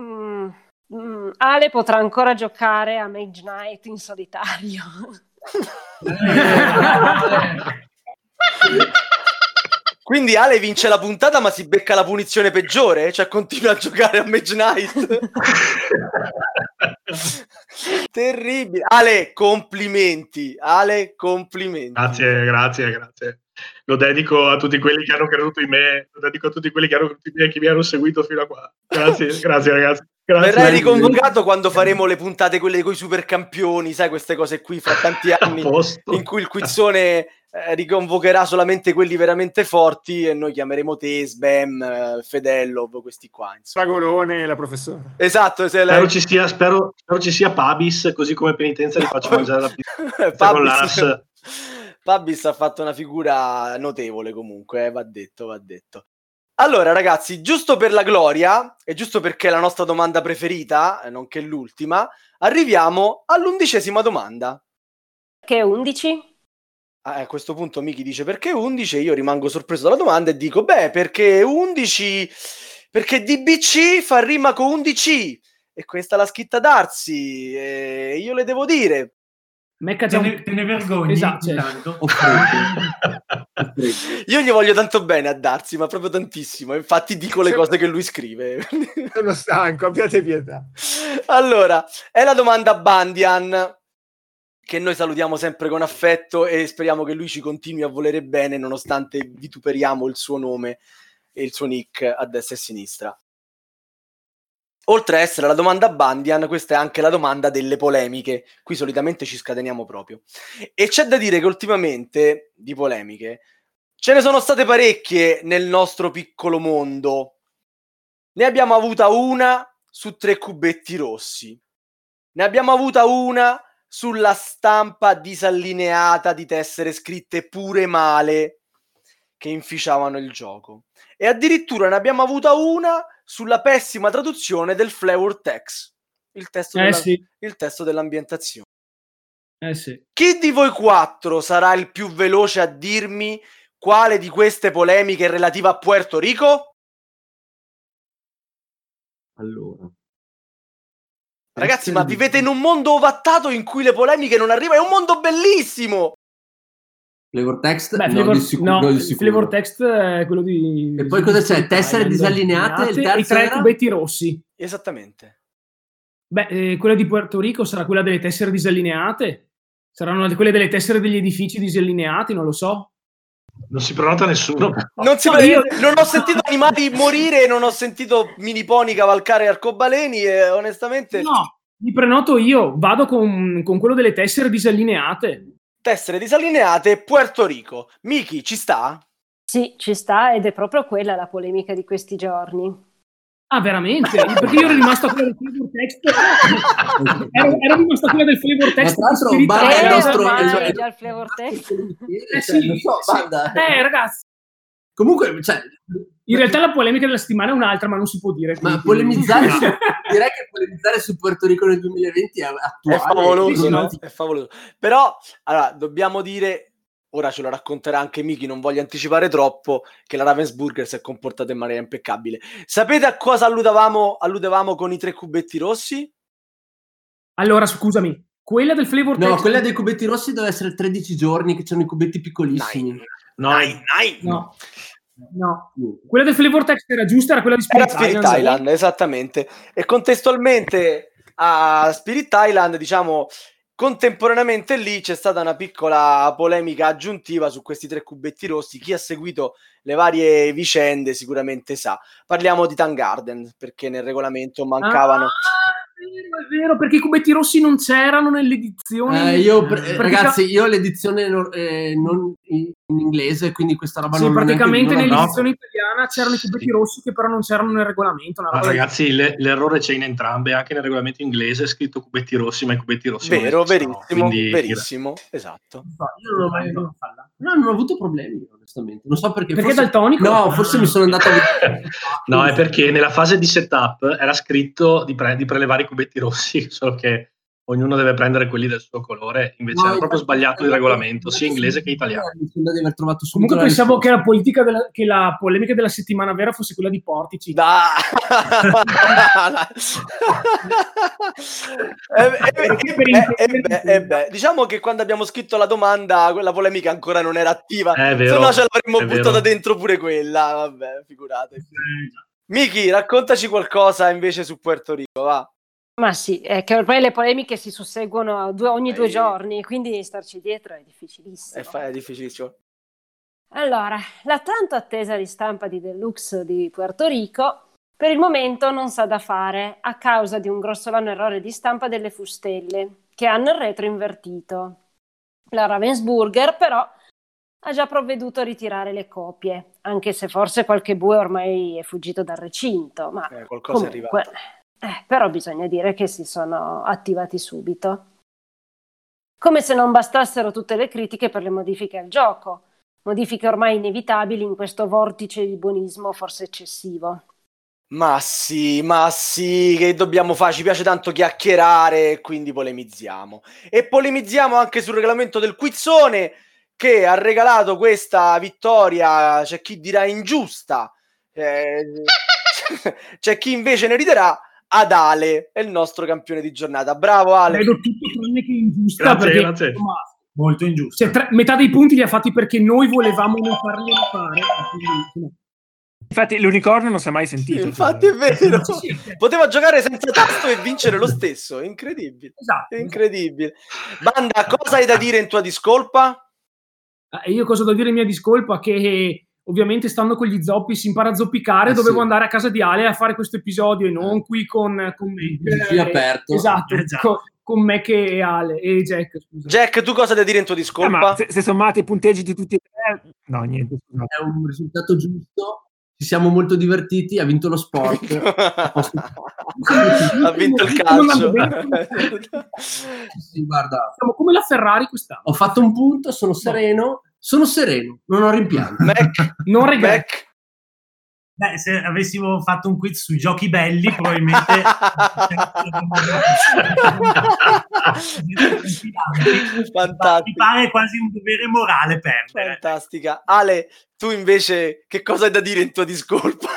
Speaker 3: Ale potrà ancora giocare a Mage Knight in solitario.
Speaker 1: Quindi Ale vince la puntata ma si becca la punizione peggiore? Cioè continua a giocare a Mage Knight? Terribile. Ale, complimenti.
Speaker 6: Grazie. Lo dedico a tutti quelli che hanno creduto in me, e che mi hanno seguito fino a qua. Grazie ragazzi.
Speaker 1: Verrai riconvocato quando faremo le puntate quelle coi supercampioni, sai, queste cose qui fra tanti anni in cui il quizzone riconvocherà solamente quelli veramente forti e noi chiameremo te, Sbam, Fedello, questi qua.
Speaker 8: Fragolone e la professore.
Speaker 1: Esatto.
Speaker 6: Spero ci sia Pabis, così come penitenza li faccio mangiare la pizza con l'Aras.
Speaker 1: Pabis ha fatto una figura notevole comunque, va detto. Allora ragazzi, giusto per la gloria e giusto perché è la nostra domanda preferita, nonché l'ultima, arriviamo all'11ª domanda.
Speaker 3: Che 11?
Speaker 1: A questo punto Miki dice perché 11 e io rimango sorpreso dalla domanda e dico perché 11, perché DBC fa rima con 11 e questa l'ha scritta Darsi e io le devo dire
Speaker 5: Mecca
Speaker 7: Te ne vergogni
Speaker 5: Esatto,
Speaker 7: intanto?
Speaker 1: Io gli voglio tanto bene a Darsi, ma proprio tantissimo. Infatti dico le cose che lui scrive.
Speaker 8: Sono stanco, abbiate pietà.
Speaker 1: Allora, è la domanda Bandian, che noi salutiamo sempre con affetto e speriamo che lui ci continui a volere bene nonostante vituperiamo il suo nome e il suo nick a destra e a sinistra. Oltre a essere la domanda Bandian, questa è anche la domanda delle polemiche. Qui solitamente ci scateniamo proprio. E c'è da dire che ultimamente di polemiche ce ne sono state parecchie nel nostro piccolo mondo. Ne abbiamo avuta una su 3 cubetti rossi. Ne abbiamo avuta una sulla stampa disallineata di tessere scritte pure male che inficiavano il gioco. E addirittura ne abbiamo avuta una sulla pessima traduzione del flavor text, il testo, il testo dell'ambientazione.
Speaker 5: Sì.
Speaker 1: Chi di voi 4 sarà il più veloce a dirmi quale di queste polemiche è relativa a Puerto Rico?
Speaker 4: Allora,
Speaker 1: ragazzi, ma vivete in un mondo ovattato in cui le polemiche non arrivano? È un mondo bellissimo!
Speaker 4: Flavor text?
Speaker 5: Beh,
Speaker 4: no, di sicuro.
Speaker 5: il flavor text è quello di...
Speaker 4: E poi cosa c'è? Tessere disallineate e il terzo
Speaker 5: e 3
Speaker 4: era?
Speaker 5: cubetti rossi.
Speaker 1: Esattamente.
Speaker 5: Beh, quella di Puerto Rico sarà quella delle tessere disallineate? Saranno quelle delle tessere degli edifici disallineati? Non lo so.
Speaker 6: Non si prenota nessuno.
Speaker 1: Non ho sentito animali morire, non ho sentito mini pony cavalcare arcobaleni e onestamente...
Speaker 5: No, mi prenoto io, vado con quello delle tessere disallineate.
Speaker 1: Tessere disallineate, Puerto Rico. Miki, ci sta?
Speaker 3: Sì, ci sta ed è proprio quella la polemica di questi giorni.
Speaker 5: Ah, veramente? Perché io ero rimasto a quella del flavor text. ero rimasto a quella del flavor text.
Speaker 3: È già il flavor text.
Speaker 5: Sì,
Speaker 4: non so, banda.
Speaker 5: Ragazzi.
Speaker 4: Comunque, cioè,
Speaker 5: in realtà la polemica della settimana è un'altra, ma non si può dire.
Speaker 4: Ma polemizzare direi che polemizzare su Puerto Rico nel 2020 è attuale.
Speaker 1: È favoloso,
Speaker 5: sì,
Speaker 1: no? È favoloso. Però, allora, dobbiamo dire, ora ce lo racconterà anche Miki, non voglio anticipare troppo, che la Ravensburger si è comportata in maniera impeccabile. Sapete a cosa alludevamo con i 3 cubetti rossi?
Speaker 5: Allora, scusami, quella del flavor text...
Speaker 4: No, quella dei cubetti rossi deve essere 13 giorni, che c'hanno i cubetti piccolissimi.
Speaker 5: No, quella del flavor text era giusta, era quella di Spirit
Speaker 1: Island, esattamente. E contestualmente a Spirit Island, diciamo, contemporaneamente lì c'è stata una piccola polemica aggiuntiva su questi 3 cubetti rossi. Chi ha seguito le varie vicende sicuramente sa. Parliamo di Tangarden, perché nel regolamento mancavano...
Speaker 5: È vero, perché i cubetti rossi non c'erano nell'edizione.
Speaker 4: Ragazzi, io ho l'edizione non in inglese, quindi questa roba non
Speaker 5: praticamente nell'edizione italiana c'erano i cubetti rossi che però non c'erano nel regolamento.
Speaker 6: Ragazzi, l'errore c'è in entrambe, anche nel regolamento inglese è scritto cubetti rossi, ma i cubetti rossi
Speaker 1: vero,
Speaker 6: non
Speaker 1: verissimo,
Speaker 6: quindi...
Speaker 1: verissimo, esatto.
Speaker 4: Io non ho mai non ho avuto problemi, onestamente. Non so perché.
Speaker 5: Perché daltonico?
Speaker 4: No, forse mi sono andato a
Speaker 6: No, è perché nella fase di setup era scritto di prelevare i cubetti rossi, solo che ognuno deve prendere quelli del suo colore, invece era proprio sbagliato il regolamento, sia inglese che italiano.
Speaker 4: Mi sembra di aver trovato
Speaker 5: comunque pensavo che che la polemica della settimana vera fosse quella di Portici.
Speaker 1: Diciamo che quando abbiamo scritto la domanda quella polemica ancora non era attiva,
Speaker 6: se
Speaker 1: no ce l'avremmo buttata dentro pure quella. Vabbè, figurate. Miki, raccontaci qualcosa invece su Puerto Rico, va.
Speaker 3: Ma sì, è che ormai le polemiche si susseguono ogni 2 giorni, quindi starci dietro è difficilissimo.
Speaker 1: È difficilissimo.
Speaker 3: Allora, la tanto attesa ristampa di Deluxe di Puerto Rico per il momento non sa da fare a causa di un grossolano errore di stampa delle fustelle che hanno il retro invertito. La Ravensburger però ha già provveduto a ritirare le copie, anche se forse qualche bue ormai è fuggito dal recinto, ma
Speaker 1: qualcosa comunque, è arrivato.
Speaker 3: Però bisogna dire che si sono attivati subito. Come se non bastassero tutte le critiche per le modifiche al gioco, modifiche ormai inevitabili in questo vortice di buonismo forse eccessivo.
Speaker 1: Ma sì, che dobbiamo fare? Ci piace tanto chiacchierare, quindi polemizziamo. E polemizziamo anche sul regolamento del quizzone, che ha regalato questa vittoria, c'è chi dirà ingiusta, c'è chi invece ne riderà ad Ale, è il nostro campione di giornata. Bravo Ale.
Speaker 5: Vedo tutto tranne che ingiusta,
Speaker 6: Grazie,
Speaker 5: perché
Speaker 6: grazie.
Speaker 5: insomma,
Speaker 7: Molto ingiusto.
Speaker 5: cioè, metà dei punti li ha fatti perché noi volevamo non farli fare. Quindi,
Speaker 2: Infatti l'unicorno non si è mai sentito.
Speaker 1: Infatti è vero.
Speaker 5: Sì.
Speaker 1: Poteva giocare senza tasto e vincere lo stesso. È incredibile.
Speaker 5: Esatto.
Speaker 1: È incredibile. Banda, cosa hai da dire in tua discolpa?
Speaker 5: E io cosa devo dire in mia discolpa? Che ovviamente stando con gli zoppi si impara a zoppicare, dovevo
Speaker 4: sì.
Speaker 5: andare a casa di Ale a fare questo episodio e non qui con me.
Speaker 4: Qui aperto.
Speaker 5: Esatto,
Speaker 7: Esatto.
Speaker 5: con me che Ale e Jack. Scusa.
Speaker 1: Jack, tu cosa hai da dire in tua discolpa?
Speaker 2: Ma se sommate i punteggi di tutti e tre, no, niente. Scusate.
Speaker 4: È un risultato giusto. Ci siamo molto divertiti. Ha vinto lo sport.
Speaker 1: Ha vinto il calcio.
Speaker 4: Sì, guarda,
Speaker 5: Siamo come la Ferrari quest'anno.
Speaker 4: ho fatto un punto, sono sereno, non ho rimpianto.
Speaker 1: Mac,
Speaker 5: Non regalo.
Speaker 1: Mac.
Speaker 7: Beh, se avessimo fatto un quiz sui giochi belli, probabilmente
Speaker 1: Fantastico.
Speaker 7: mi pare quasi un dovere morale perdere.
Speaker 1: Fantastica. Ale, tu invece che cosa hai da dire in tua discolpa?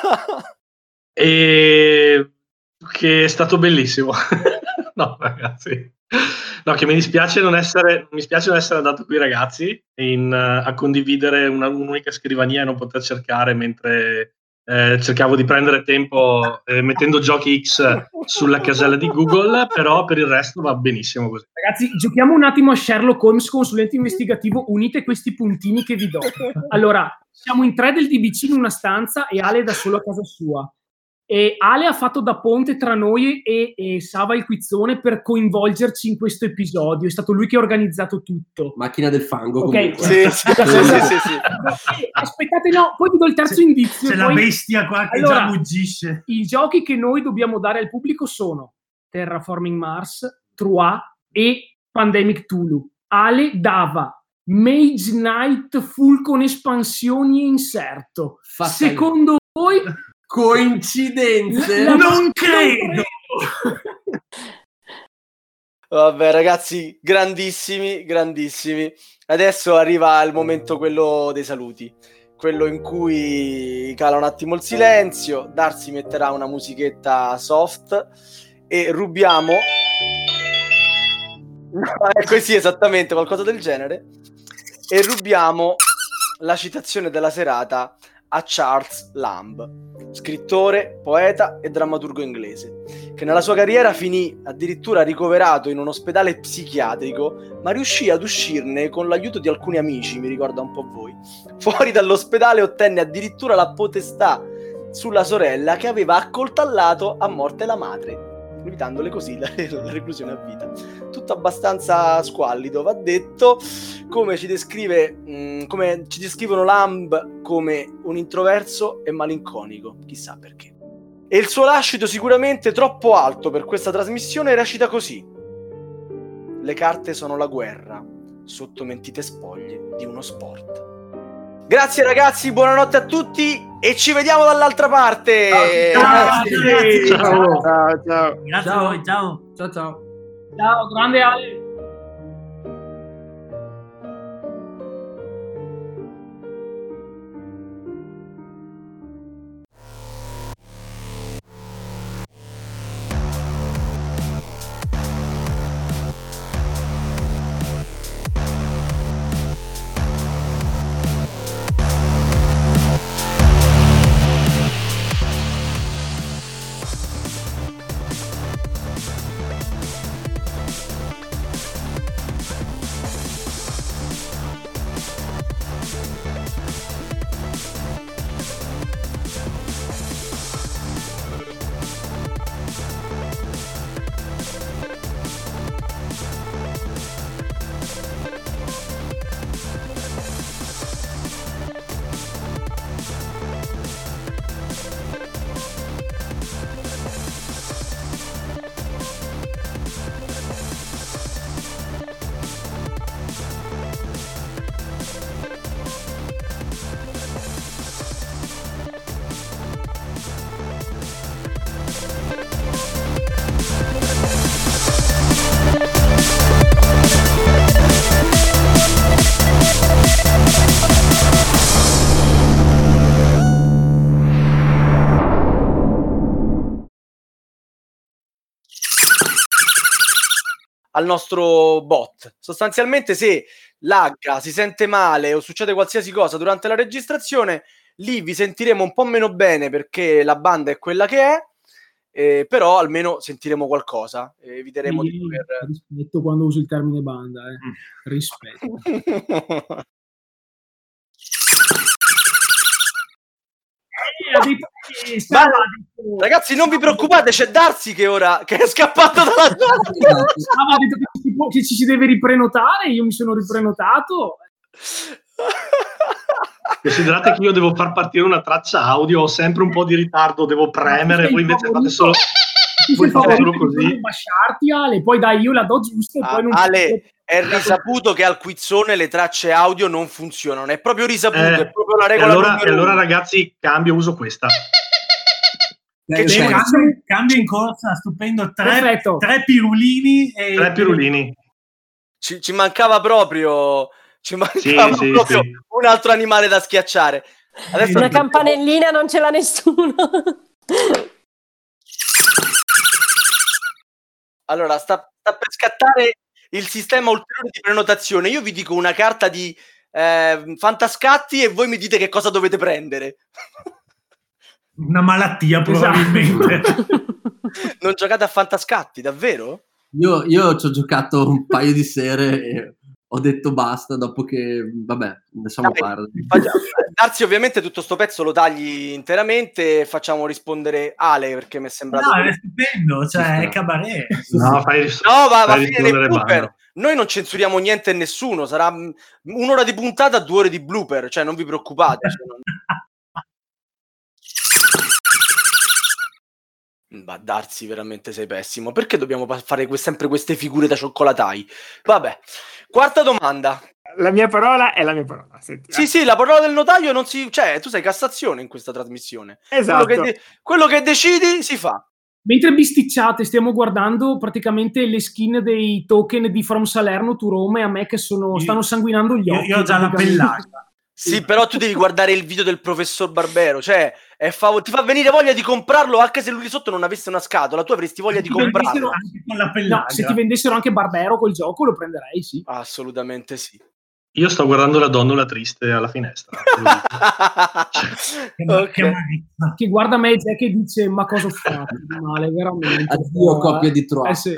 Speaker 6: E che è stato bellissimo. No, ragazzi. No, che mi dispiace non essere andato qui, ragazzi, a condividere un'unica scrivania e non poter cercare mentre cercavo di prendere tempo mettendo giochi X sulla casella di Google, però per il resto va benissimo così.
Speaker 5: Ragazzi, giochiamo un attimo a Sherlock Holmes, consulente investigativo, unite questi puntini che vi do. Allora, siamo in 3 del DBC in una stanza e Ale è da solo a casa sua. E Ale ha fatto da ponte tra noi e Sava il Quizzone per coinvolgerci in questo episodio. È stato lui che ha organizzato tutto.
Speaker 4: Macchina del fango,
Speaker 5: Ok.
Speaker 4: comunque.
Speaker 1: Sì.
Speaker 5: Aspettate, no, poi vi do il terzo indizio.
Speaker 7: C'è la
Speaker 5: poi-
Speaker 7: bestia qua che
Speaker 5: Allora,
Speaker 7: già muggisce.
Speaker 5: I giochi che noi dobbiamo dare al pubblico sono Terraforming Mars, Troyes e Pandemic Tulu. Ale dava Mage Knight full con espansioni e inserto.
Speaker 4: Fatta-
Speaker 5: Secondo voi
Speaker 4: Coincidenze?
Speaker 7: Non credo!
Speaker 1: Vabbè, ragazzi, grandissimi. Adesso arriva il momento, quello dei saluti, quello in cui cala un attimo il silenzio. Darsi metterà una musichetta soft e rubiamo. Sì, esattamente, qualcosa del genere. E rubiamo la citazione della serata a Charles Lamb, scrittore, poeta e drammaturgo inglese, che nella sua carriera finì addirittura ricoverato in un ospedale psichiatrico, ma riuscì ad uscirne con l'aiuto di alcuni amici, mi ricorda un po' voi. Fuori dall'ospedale ottenne addirittura la potestà sulla sorella che aveva accoltellato a morte la madre, evitandole così la reclusione a vita. Tutto abbastanza squallido, va detto, come ci descrivono Lamb come un introverso e malinconico, chissà perché. E il suo lascito sicuramente troppo alto per questa trasmissione recita così: le carte sono la guerra, sotto mentite spoglie di uno sport. Grazie ragazzi, buonanotte a tutti e ci vediamo dall'altra parte.
Speaker 7: Grazie.
Speaker 8: Ciao.
Speaker 7: Grazie a voi, ciao.
Speaker 4: Ciao.
Speaker 5: ciao, grande Ale.
Speaker 1: al nostro bot. Sostanzialmente se lagga, si sente male o succede qualsiasi cosa durante la registrazione, lì vi sentiremo un po' meno bene perché la banda è quella che è, però almeno sentiremo qualcosa. Eviteremo di dover...
Speaker 5: Rispetto quando uso il termine banda, rispetto.
Speaker 1: Ma, ragazzi, non vi preoccupate, c'è Darsi che ora che è scappato dalla zona.
Speaker 5: Ha detto che ci si deve riprenotare, io mi sono riprenotato.
Speaker 6: Considerate che io devo far partire una traccia audio, ho sempre un po' di ritardo, devo premere, voi invece fate solo...
Speaker 5: Voi fate solo così. Basciarti, Ale, poi dai, io la do giusta e poi non...
Speaker 1: Ale, è risaputo che al quizzone le tracce audio non funzionano, è proprio risaputo, è proprio la regola.
Speaker 6: E allora ragazzi, cambio, uso questa.
Speaker 7: Cambio in corsa, stupendo, tre pirulini e...
Speaker 6: 3 pirulini.
Speaker 1: Ci mancava proprio... proprio un altro animale da schiacciare.
Speaker 3: Adesso una campanellina non ce l'ha nessuno.
Speaker 1: Allora, sta per scattare il sistema ulteriore di prenotazione. Io vi dico una carta di fantascatti e voi mi dite che cosa dovete prendere.
Speaker 7: Una malattia, probabilmente.
Speaker 1: Non giocate a fantascatti, davvero?
Speaker 4: Io ci ho giocato un paio di sere e ho detto basta dopo che, vabbè, lasciamo fare.
Speaker 1: Darsi, ovviamente tutto sto pezzo lo tagli interamente e facciamo rispondere Ale, perché mi è sembrato...
Speaker 7: No, è stupendo, cioè è cabaret.
Speaker 1: No, va a finire nel blooper. Noi non censuriamo niente e nessuno, sarà un'ora di puntata, 2 ore di blooper, cioè non vi preoccupate. Ma Darsi, veramente sei pessimo. Perché dobbiamo fare sempre queste figure da cioccolatai? Vabbè, quarta domanda.
Speaker 2: La mia parola è la mia parola. Senti,
Speaker 1: sì, la parola del notaio non si... Cioè, tu sei Cassazione in questa trasmissione.
Speaker 2: Esatto.
Speaker 1: Quello che decidi si fa.
Speaker 5: Mentre bisticciate, stiamo guardando praticamente le skin dei token di From Salerno to Rome e a me che stanno sanguinando gli occhi.
Speaker 7: Io ho già la pellaccia.
Speaker 1: Sì, però tu devi guardare il video del professor Barbero, cioè ti fa venire voglia di comprarlo anche se lui lì sotto non avesse una scatola, tu avresti voglia di comprarlo.
Speaker 7: Anche con la
Speaker 5: no, se ti vendessero anche Barbero col gioco lo prenderei, sì.
Speaker 1: Assolutamente sì.
Speaker 6: Io sto guardando la donnola triste alla finestra.
Speaker 5: Che guarda me e dice ma cosa ho fatto di male, veramente.
Speaker 4: Addio coppia di Troia.
Speaker 5: Sì.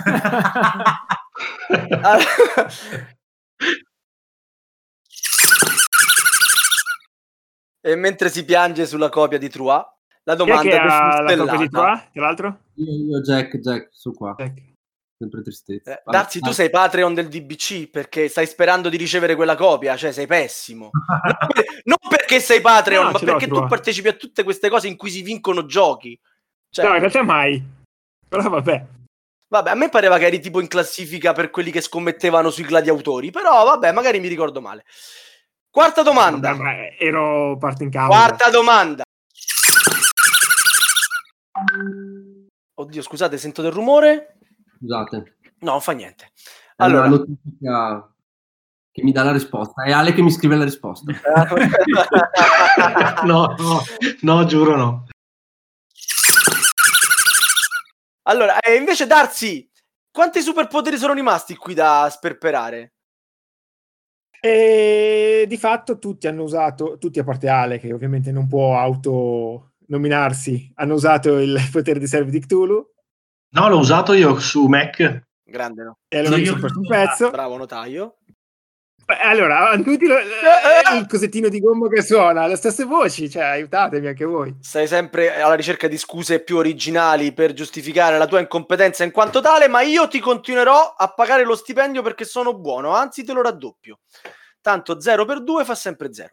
Speaker 1: E mentre si piange sulla copia di Troia, la domanda
Speaker 2: è la copia di Troia, tra l'altro?
Speaker 4: Io Jack, su qua. Sempre tristezza.
Speaker 1: Darsi, tu sei Patreon del DBC perché stai sperando di ricevere quella copia, cioè sei pessimo. Non perché sei Patreon, ma perché tu partecipi a tutte queste cose in cui si vincono giochi. Cioè...
Speaker 2: No, in realtà mai. Però vabbè.
Speaker 1: Vabbè, a me pareva che eri tipo in classifica per quelli che scommettevano sui gladiatori, però vabbè, magari mi ricordo male. Quarta domanda.
Speaker 2: Vabbè, ma ero parte in causa.
Speaker 1: Quarta domanda. Oddio, scusate, sento del rumore.
Speaker 4: Scusate.
Speaker 1: No, non fa niente.
Speaker 4: Allora, una notifica che mi dà la risposta. È Ale che mi scrive la risposta.
Speaker 6: No, giuro no.
Speaker 1: Allora, invece Darsi, quanti superpoteri sono rimasti qui da sperperare?
Speaker 2: E di fatto tutti hanno usato, tutti a parte Ale, che ovviamente non può autonominarsi, hanno usato il potere di Servi di Cthulhu.
Speaker 6: No, l'ho usato io su Mac.
Speaker 1: Grande, no?
Speaker 2: E allora mi sono perso un pezzo.
Speaker 1: Bravo notaio.
Speaker 2: Allora, tutti il cosettino di gomma che suona, le stesse voci, cioè aiutatemi anche voi.
Speaker 1: Stai sempre alla ricerca di scuse più originali per giustificare la tua incompetenza in quanto tale, ma io ti continuerò a pagare lo stipendio perché sono buono, anzi te lo raddoppio. Tanto 0 per 2 fa sempre 0.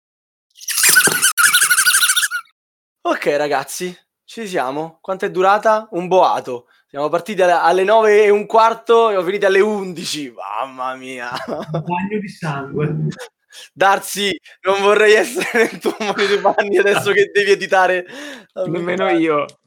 Speaker 1: Ok ragazzi, ci siamo. Quanto è durata? Un boato. Siamo partiti alle 9:15 e ho finito alle 11. Mamma mia.
Speaker 7: Un bagno di sangue.
Speaker 1: Darsi, non vorrei essere nel tuo modo di panni adesso che devi editare.
Speaker 2: Nemmeno io.